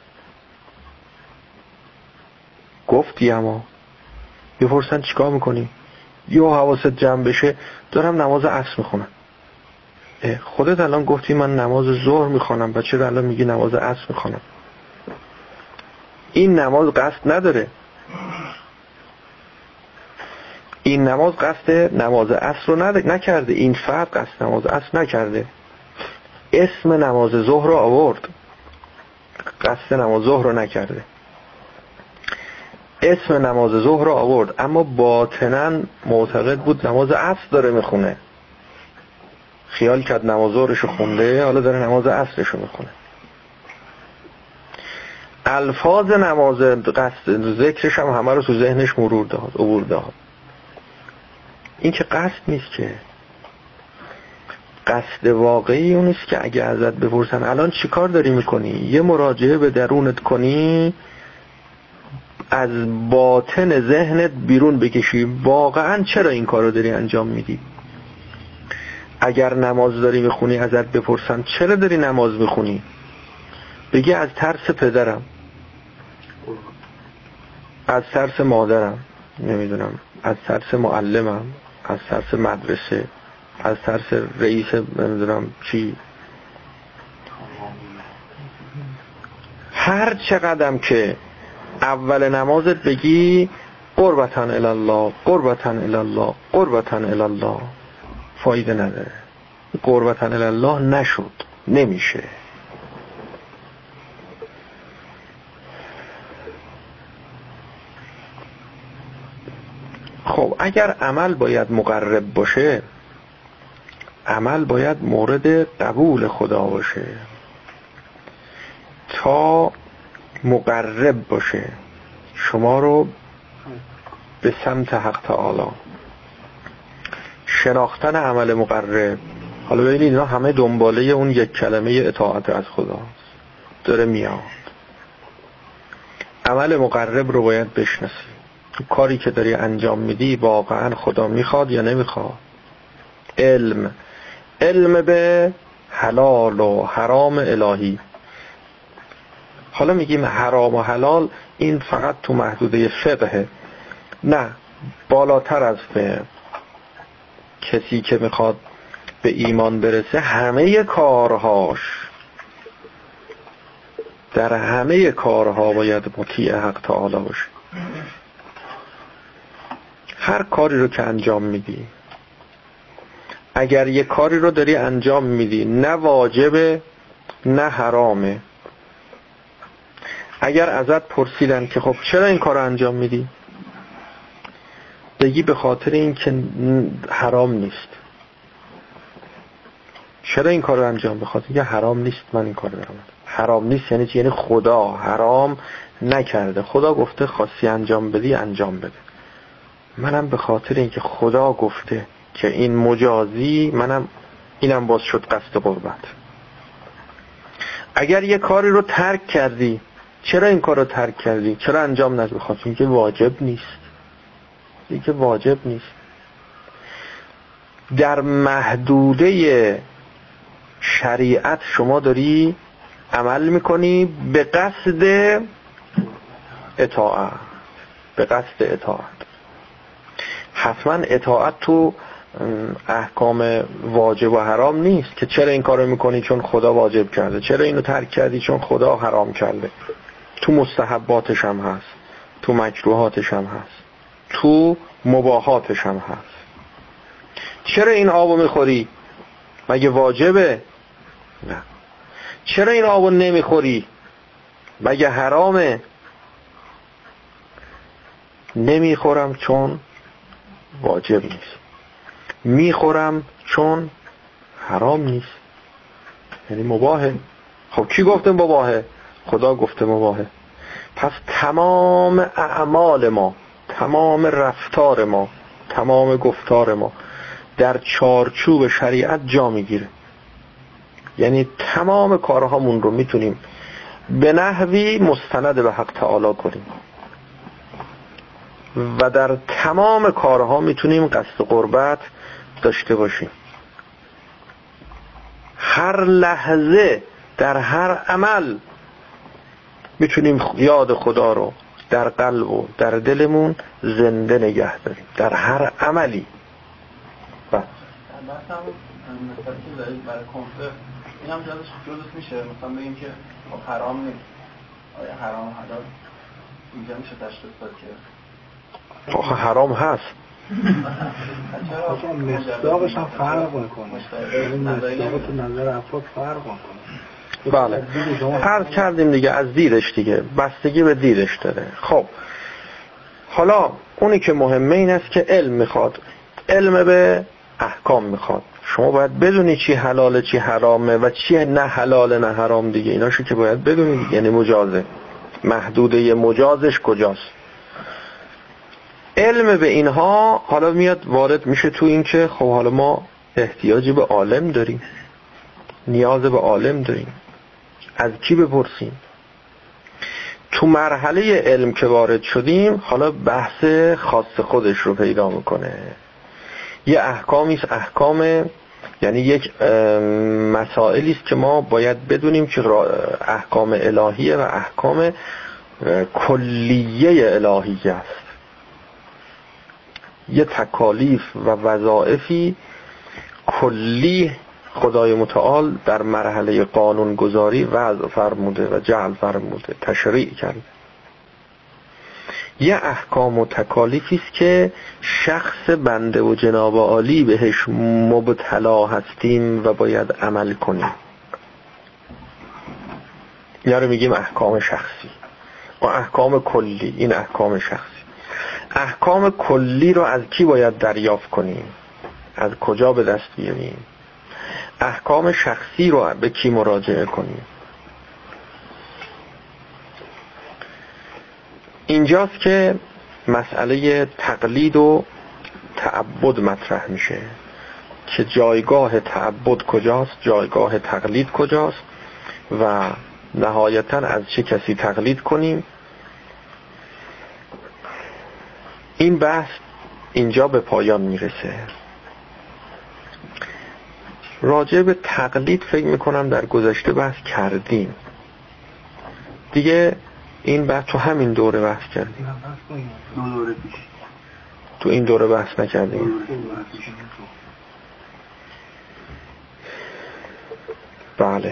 [SPEAKER 1] گفتی، اما بپرسن چی کار میکنی؟ یا حواست جمع بشه دارم نماز عصر میخونم. خودت الان گفتی من نماز ظهر میخوانم، و چرا الان میگی نماز عصر میخوانم؟ این نماز قصد نداره. این نماز قصد نماز عصر رو نکرده. این فرد قصد نماز عصر نکرده، اسم نماز ظهر رو آورد، قصد نماز ظهر رو نکرده. اسم نماز ظهر رو آورد اما باطناً معتقد بود نماز عصر داره میخونه. خیال کرد نماز ظهرش رو خونده، حالا داره نماز عصرش رو میخونه. الفاظ نماز قصد ذکرش هم همه رو تو ذهنش مرور داد، عبور داد. این که قصد نیست. که قصد واقعی اون است که اگه ازت بپرسن الان چی کار داری میکنی، یه مراجعه به درونت کنی، از باطن ذهنت بیرون بکشی واقعا چرا این کار رو داری انجام میدی. اگر نماز داری میخونی ازت بپرسن چرا داری نماز میخونی، بگی از ترس پدرم، از ترس مادرم، نمیدونم، از ترس معلمم، از ترس مدرسه، از ترس رئیس نمیدونم چی. هر چقدرم که اول نمازت بگی قربتاً الله، قربتاً الله، قربتاً الله، فایده نداره. قربتاً الله نشد، نمیشه. خب اگر عمل باید مقرب باشه، عمل باید مورد قبول خدا باشه. تا مقرب باشه شما رو به سمت حق تعالی، شناختن عمل مقرب. حالا ببینید اینا همه دنباله اون یک کلمه اطاعت از خداست، داره میاد. عمل مقرب رو باید بشناسی. کاری که داری انجام میدی واقعا خدا میخواد یا نمیخواد. علم به حلال و حرام الهی. حالا میگیم حرام و حلال، این فقط تو محدوده فقه، نه، بالاتر از فقه. کسی که میخواد به ایمان برسه همه کارهاش، در همه کارها باید مطیع حق تعالی باشه. هر کاری رو که انجام میدی، اگر یه کاری رو داری انجام میدی نه واجبه نه حرامه، اگر ازت پرسیدن که خب چرا این کار رو انجام میدی، بگی به خاطر این که حرام نیست. چرا این کار رو انجام؟ به خاطر اینکه حرام نیست من این کار رو دارم. حرام نیست یعنی چی؟ یعنی خدا حرام نکرده، خدا گفته خواستی انجام بدی انجام بده. منم به خاطر اینکه خدا گفته که این مجازی، منم اینم باز شد قصد قربت. اگر یه کاری رو ترک کردی، چرا این کار رو ترک کردی؟ چرا انجام ندی؟ به خاطر اینکه واجب نیست. اینکه واجب نیست. در محدوده شریعت شما داری عمل میکنی به قصد اطاعت. به قصد اطاعت. حتما اطاعت تو احکام واجب و حرام نیست که چرا این کارو میکنی چون خدا واجب کرده، چرا اینو ترک کردی چون خدا حرام کرده. تو مستحباتش هم هست، تو مکروهاتش هم هست، تو مباحاتش هم هست. چرا این آبو میخوری؟ مگه واجبه؟ نه. چرا این آبو نمیخوری؟ مگه حرامه؟ نمیخورم چون واجب نیست، میخورم چون حرام نیست، یعنی مباهه. خب کی گفته مباهه؟ خدا گفته مباهه. پس تمام اعمال ما، تمام رفتار ما، تمام گفتار ما در چارچوب شریعت جا میگیره. یعنی تمام کارهامون رو میتونیم به نحوی مستند به حق تعالی کنیم و در تمام کارها میتونیم قصد قربت داشته باشیم. هر لحظه در هر عمل میتونیم یاد خدا رو در قلب و در دلمون زنده نگه داریم، در هر عملی.
[SPEAKER 3] مثلا مثلا که دارید برای کنفر این هم جزش میشه، مثلا بگیم که حرام نیست، آیا حرام حلال اینجا میشه تشخیص داد که
[SPEAKER 1] آخه حرام هست.
[SPEAKER 4] چرا مصداقش هم فرق میکنه، مصداق تو نظر افراد فرق میکنه.
[SPEAKER 1] بله عرض کردیم دیگه از دیدش دیگه، بستگی به دیدش داره. خب حالا اونی که مهمه این است که علم میخواد، علم به احکام میخواد. شما باید بدونی چی حلاله چی حرامه و چی نه حلاله نه حرام دیگه، ایناشو که باید بدونی. یعنی مجازه، محدوده مجازش کجاست. علم به اینها حالا میاد وارد میشه تو این که خب حالا ما احتیاجی به عالم داریم، نیاز به عالم داریم. از کی بپرسیم؟ تو مرحله علم که وارد شدیم حالا بحث خاص خودش رو پیدا میکنه. یه احکامی است، احکام یعنی یک مسائلی است که ما باید بدونیم که احکام الهیه و احکام کلیه الهیه است. یه تکالیف و وظایفی کلی خدای متعال در مرحله قانون گذاری وضع فرموده و جعل فرموده، تشریع کرده. یه احکام و تکالیفی است که شخص بنده و جناب عالی بهش مبتلا هستیم و باید عمل کنیم. اینا رو میگیم احکام شخصی و احکام کلی. این احکام شخصی. احکام کلی رو از کی باید دریافت کنیم؟ از کجا به دست بیاریم؟ احکام شخصی رو به کی مراجعه کنیم؟ اینجاست که مسئله تقلید و تعبد مطرح میشه که جایگاه تعبد کجاست، جایگاه تقلید کجاست و نهایتاً از چه کسی تقلید کنیم. این بحث اینجا به پایان میرسه. راجع به تقلید فکر میکنم در گذشته بحث کردیم دیگه. این بحث تو همین دوره بحث کردیم،
[SPEAKER 4] دوره پیش
[SPEAKER 1] تو این دوره بحث نکردیم. بله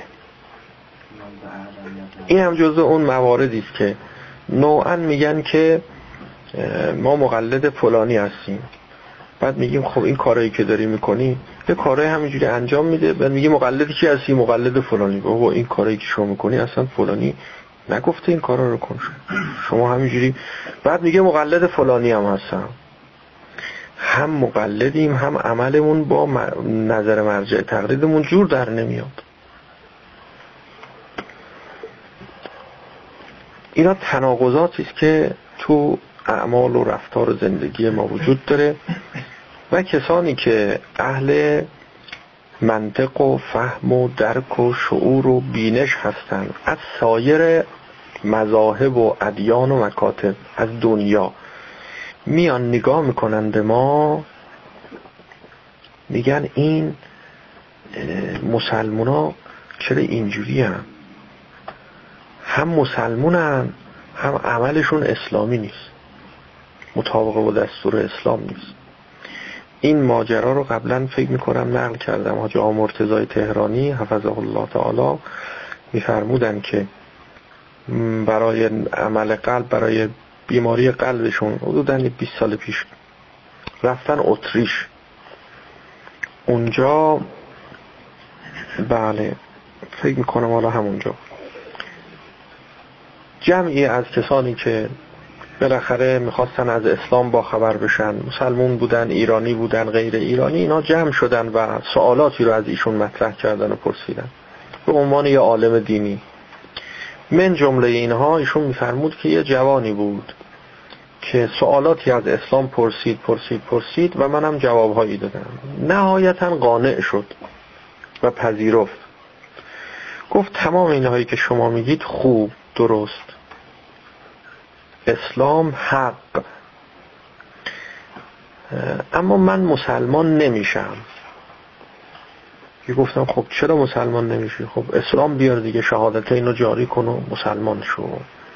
[SPEAKER 1] این هم جزء اون مواردی است که نوعا میگن که ما مقلد فلانی هستیم، بعد میگیم خب این کارهایی که داری میکنی یه کارهای همینجوری انجام میده، بعد میگیم مقلد کی هستی؟ مقلد فلانی. بابا این کارهایی که شما میکنی اصلا فلانی نگفته این کارا رو کن، شما همینجوری. بعد میگه مقلد فلانی هم هستم. هم مقلدیم، هم عملمون با نظر مرجع تقلیدمون جور در نمیاد. اینا تناقضاتی است که تو اعمال و رفتار زندگی ما وجود داره و کسانی که اهل منطق و فهم و درک و شعور و بینش هستن از سایر مذاهب و ادیان و مکاتب از دنیا، میان نگاه میکنن به ما، میگن این مسلمونا چرا اینجوری هم مسلمونن هم عملشون اسلامی نیست، مطابق با دستور اسلام نیست. این ماجرا رو قبلا فکر میکنم نقل کردم. حاجی آقا مرتضی تهرانی حفظه الله تعالی میفرمودن که برای عمل قلب، برای بیماری قلبشون حدوداً 20 سال پیش رفتن اتریش. اونجا بله فکر میکنم حالا همونجا جمعی از کسانی که بالاخره میخواستن از اسلام با خبر بشن، مسلمون بودن، ایرانی بودن، غیر ایرانی، اینا جمع شدن و سوالاتی رو از ایشون مطرح کردن و پرسیدن به عنوان یه عالم دینی. من جمله اینها ایشون میفرمود که یه جوانی بود که سوالاتی از اسلام پرسید و منم جوابهایی دادم. نهایتا قانع شد و پذیرفت. گفت تمام اینهایی که شما میگید خوب، درست، اسلام حق، اما من مسلمان نمیشم. گفتم خب چرا مسلمان نمیشی؟ خب اسلام بیار دیگه، شهادت اینو جاری کن و مسلمان شو.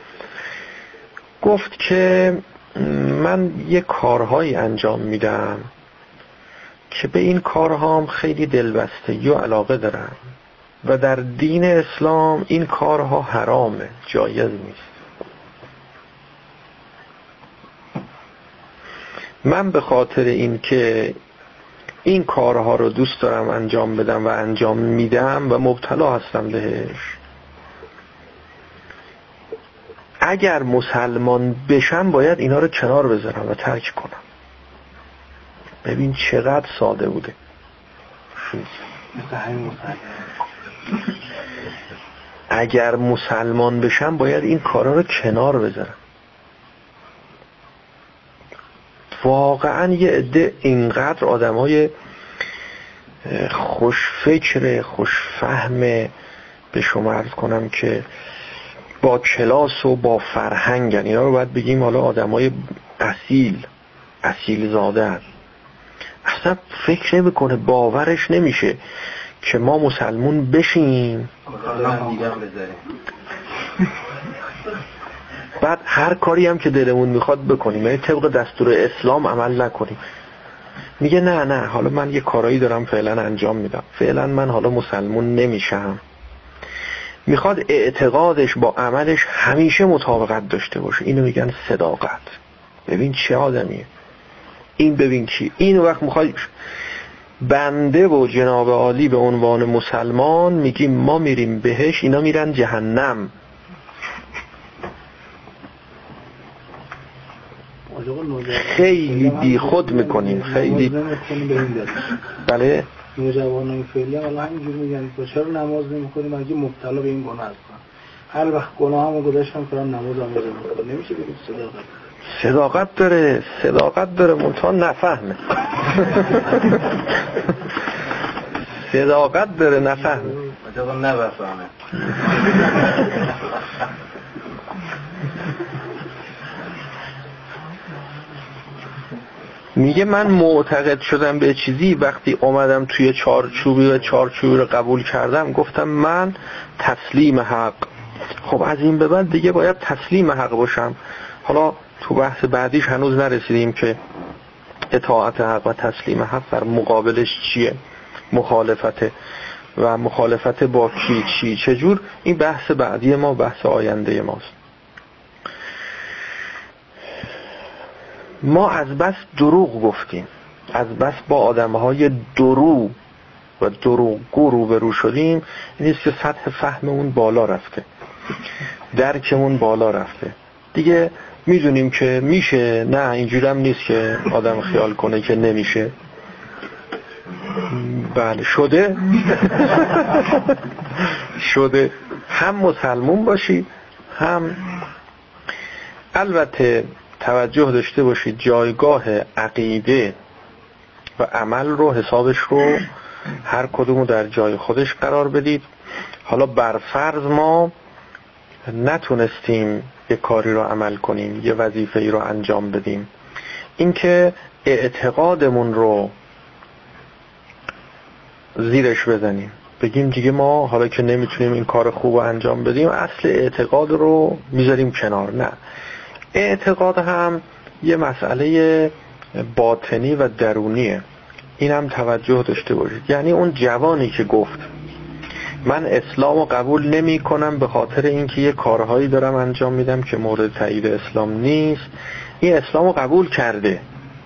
[SPEAKER 1] گفت که من یه کارهایی انجام میدم که به این کارهام خیلی دلبستگی و علاقه دارم و در دین اسلام این کارها حرامه، جایز نیست. من به خاطر این که این کارها رو دوست دارم انجام بدم و انجام میدم و مبتلا هستم بهش، اگر مسلمان بشم باید اینا رو کنار بذارم و ترک کنم. ببین چقدر ساده بوده. اگر مسلمان بشم باید این کارا رو کنار بذارم. واقعا یه عده اینقدر آدمای خوشفکر، خوشفهم، به شما عرض کنم که با کلاس و با فرهنگن، اینا رو باید بگیم حالا آدمای اصیل زاده هست. اصلا فکر نمیکنه، باورش نمیشه که ما مسلمون بشیم بعد هر کاری هم که دلمون میخواد بکنیم، یعنی طبق دستور اسلام عمل نکنیم. میگه نه حالا من یه کارایی دارم فعلا انجام میدم، فعلا من حالا مسلمون نمیشم. میخواد اعتقادش با عملش همیشه مطابقت داشته باشه. اینو میگن صداقت. ببین چه آدمیه این. ببین کی این. وقت میخواد بنده و جناب عالی به عنوان مسلمان میگیم ما میریم بهش، اینا میرن جهنم. خیلی بی خود میکنیم، خیلی. بله
[SPEAKER 4] نوجوانان فعلی حالا همینجور میگن چرا نماز نمیخونیم؟ مگه مبتلا به این گناه هستن؟ هر وقت گناهمو گذاشتم کردم نماز هم میخونم. نمیشه بگید
[SPEAKER 1] صداقت داره منتها نفهمه. صداقت داره نفهمه. میگه من معتقد شدم به چیزی وقتی اومدم توی چارچوبی رو قبول کردم، گفتم من تسلیم حق. خب از این به بعد دیگه باید تسلیم حق باشم. حالا تو بحث بعدیش هنوز نرسیدیم که اطاعت حق و تسلیم حق در مقابلش چیه، مخالفته و مخالفت با کی چجور. این بحث بعدی ما، بحث آینده ماست. ما از بس دروغ گفتیم، از بس با آدمهای دروغ و دروغگو روبرو شدیم، این است که سطح فهممون بالا رفته. درکمون بالا رفته دیگه، میدونیم که میشه. نه اینجوری هم نیست که آدم خیال کنه که نمیشه. بله شده. شده. هم مسلمون باشید، هم البته توجه داشته باشید جایگاه عقیده و عمل رو، حسابش رو هر کدومو در جای خودش قرار بدید. حالا بر فرض ما نتونستیم یه کاری رو عمل کنیم، یه وظیفه ای رو انجام بدیم، اینکه اعتقادمون رو زیرش بزنیم، بگیم دیگه ما حالا که نمیتونیم این کار خوب رو انجام بدیم اصل اعتقاد رو میذاریم کنار. نه، اعتقاد هم یه مسئله باطنی و درونیه، این هم توجه داشته باشید. یعنی اون جوانی که گفت من اسلام رو قبول نمی کنم به خاطر اینکه یه کارهایی دارم انجام میدم که مورد تایید اسلام نیست، این اسلام رو قبول کرده،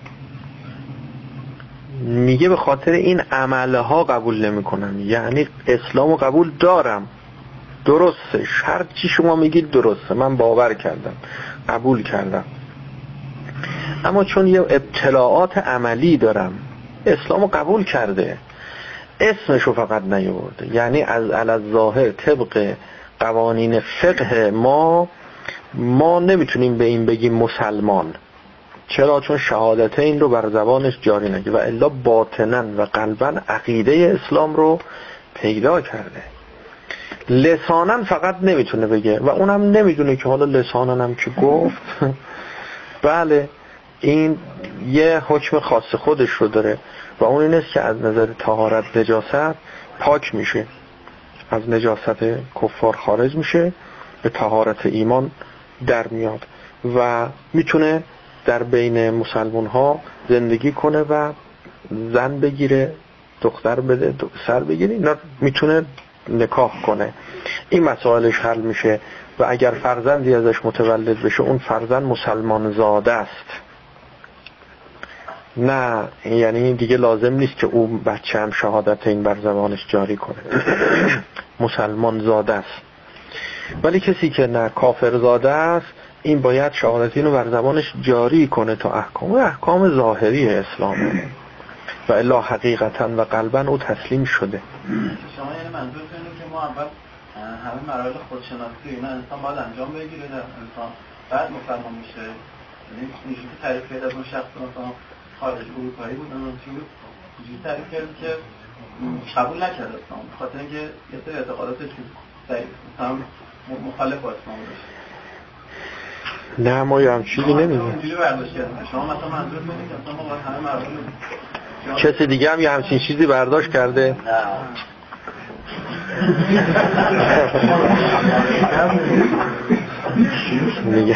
[SPEAKER 1] میگه به خاطر این عملها قبول نمی کنم. یعنی اسلام رو قبول دارم، درسته، هر چی شما میگید درسته، من باور کردم، قبول کردم، اما چون یه ابتلاعات عملی دارم، اسلامو قبول کرده، اسمشو فقط نیاورده. یعنی از الظاهر طبق قوانین فقه ما نمیتونیم به این بگیم مسلمان. چرا؟ چون شهادتین رو بر زبانش جاری نگه و الا باطناً و قلباً عقیده اسلام رو پیدا کرده. لساناً فقط نمیتونه بگه و اونم نمیدونه که حالا لساناً هم که گفت بله این یه حکم خاص خودش رو داره و اون این است که از نظر طهارت نجاست پاک میشه، از نجاست کفار خارج میشه، به طهارت ایمان در میاد و میتونه در بین مسلمان ها زندگی کنه و زن بگیره، دختر بده، سر بگیره، اینا میتونه نکاح کنه، این مسائلش حل میشه و اگر فرزندی ازش متولد بشه اون فرزند مسلمان زاده است. نه یعنی دیگه لازم نیست که اون بچه هم شهادت این بر زبانش جاری کنه. مسلمان زاده است. ولی کسی که نه کافر زاده است این باید شهادت اینو بر زبانش جاری کنه تا احکام ظاهری اسلامه و الا حقیقتا و قلبا او تسلیم شده.
[SPEAKER 3] شما یعنی منظور اینه که ما اول همه مراحل خودشناسی اینا انسان باید انجام بگیره در انسان بعد مسلمان میشه. یعنی اینجوری تعریف کرد از اون شخص مثلا خارج اروپایی بود، اون اینجوری تعریف کرد که قبول نکرد اسلام به خاطر اینکه یه سری اعتقاداتش مثلا مخالف با اسلام باشه.
[SPEAKER 1] نه ما هم چیزی نمیدونم.
[SPEAKER 3] اینجوری برداشت کردیم. شما مثلا منظور اینه که اصلا ما باید همه مراحل
[SPEAKER 1] کسی دیگه هم یه همچین چیزی برداشت کرده؟ میگه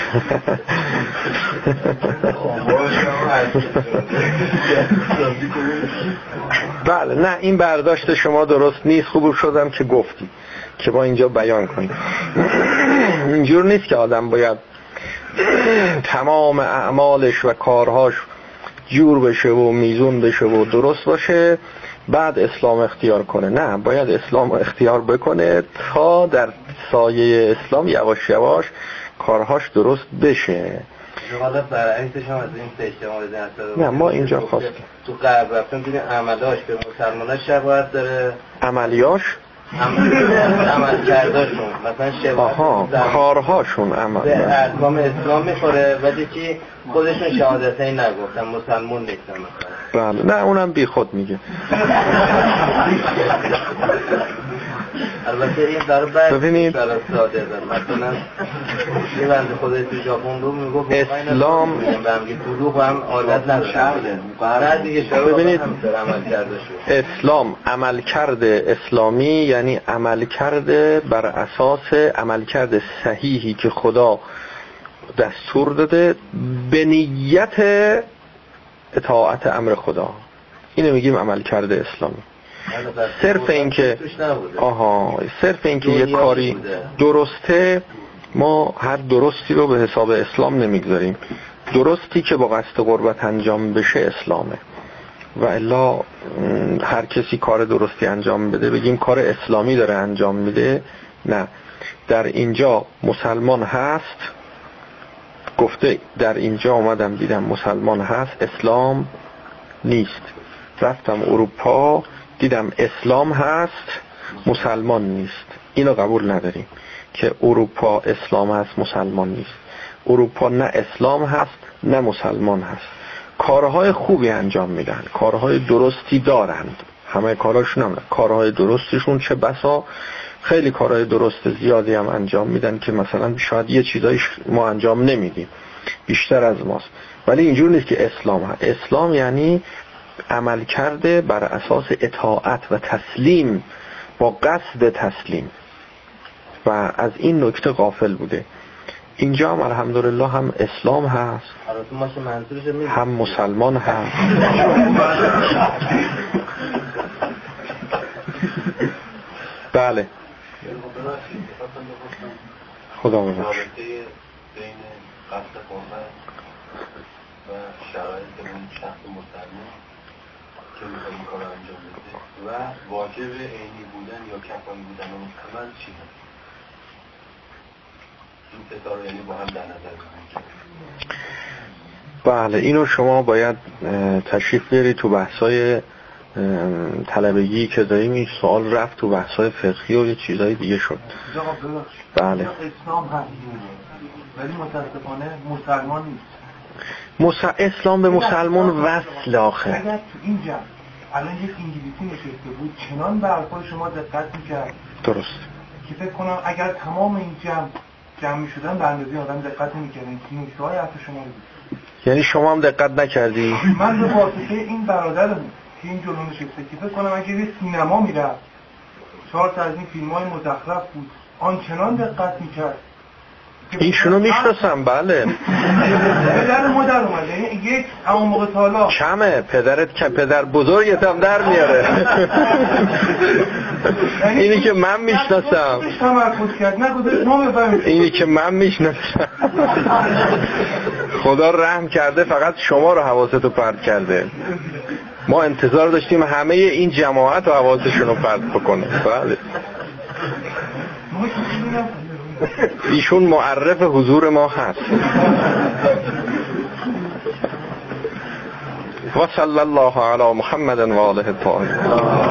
[SPEAKER 1] بله نه این برداشت شما درست نیست. خوب شدم که گفتی که ما اینجا بیان کنیم. اینجور نیست که آدم باید تمام اعمالش و کارهاش جور بشه و میزون بشه و درست باشه بعد اسلام اختیار کنه. نه، باید اسلام اختیار بکنه تا در سایه اسلام یواش یواش کارهاش درست بشه.
[SPEAKER 2] حالا برعکسش هم از این اجتماع بزنید.
[SPEAKER 1] نه ما اینجا خواستیم
[SPEAKER 2] تو غرب رفتن دیدین عملاش به مسلمان‌ها شباهت داره،
[SPEAKER 1] عملیاش
[SPEAKER 2] عمل کرداشون مثلا شباهت
[SPEAKER 1] کارهاشون عمل
[SPEAKER 2] به احکام اسلام میخوره ولی که خودشون شهادتین نگفتن مسلمون نیستن مثلا.
[SPEAKER 1] بله نه اونم بی خود میگه.
[SPEAKER 2] البته این داره
[SPEAKER 1] ببینید
[SPEAKER 2] ساده مثلا یه بنده خدای تو ژاپن بود میگفت
[SPEAKER 1] اسلام
[SPEAKER 2] بهمگی طلوق هم عادت نداره بعد دیگه
[SPEAKER 1] ببینید
[SPEAKER 2] عمل کرده شد.
[SPEAKER 1] اسلام عمل کرده اسلامی یعنی عمل کرده بر اساس عمل کرده صحیحی که خدا دستور داده به نیت اطاعت امر خدا، اینو میگیم عمل کرده اسلامی. صرف اینکه یه کاری درسته ما هر درستی رو به حساب اسلام نمیگذاریم. درستی که با قصد قربت انجام بشه اسلامه و الا هر کسی کار درستی انجام بده بگیم کار اسلامی داره انجام میده. نه، در اینجا مسلمان هست، گفته در اینجا آمدم دیدم مسلمان هست اسلام نیست. رفتم اروپا دیدم اسلام هست مسلمان نیست. اینو قبول نداریم که اروپا اسلام هست مسلمان نیست. اروپا نه اسلام هست نه مسلمان هست. کارهای خوبی انجام میدن، کارهای درستی دارند، همه کاراشون هم کارهای درستشون چه بسا خیلی کارهای درست زیادی هم انجام میدن که مثلا شاید یه چیزایی ما انجام نمیدیم بیشتر از ماست، ولی اینجور نیست که اسلام هست. اسلام یعنی عمل کرده بر اساس اطاعت و تسلیم با قصد تسلیم و از این نکته غافل بوده. اینجا هم الحمدلله هم اسلام هست هم مسلمان هست. بله خدا ببخش.
[SPEAKER 5] بین قصد قربت و شرایط اون شخص مسلمان که میخواد این کار انجام بده و واجب عینی بودن یا کفایی بودن اون عمل چی هست؟ این ستا رو یعنی با هم در نظر بگیرید.
[SPEAKER 1] بله اینو شما باید تشریف بیاری تو بحثای طلبگی که داریم. این سوال رفت تو بحثای فقهی و یه چیزای دیگه شد. بله
[SPEAKER 3] اسلام هست ولی متاسفانه مسلمان نیست.
[SPEAKER 1] اسلام به مسلمان وصل آخه.
[SPEAKER 3] اگر تو این جمع الان یک انگلیسی نشسته بود چنان به حرفای شما دقت میکرد
[SPEAKER 1] درست
[SPEAKER 3] که فکر کنم اگر تمام این جمع میشدن به اندازه آدم دقت نمیکردن که نکته‌های حرف شما بود.
[SPEAKER 1] یعنی شما هم دقت نکردی؟
[SPEAKER 3] من به واسطه این برادرم که این جلو نشسته که فکر کنم اگه یه سینما میرفت 4 تا از این فیلم‌های مزخرف بود آنچنان دقت میکرد.
[SPEAKER 1] ایشونو میشناسم. بله
[SPEAKER 3] پدر مادر اومده یک اما موقع تالا
[SPEAKER 1] کمه پدرت که پدر بزرگت هم در میاره. اینی که من میشناسم اینی که من میشناسم. خدا رحم کرده فقط شما رو حواستو پرت کرده. ما انتظار داشتیم همه این جماعت رو حواسشون رو پرت بکنه. بله ایشون معرف حضور ما هست. و صلی الله علی محمد و آله الطاهرین.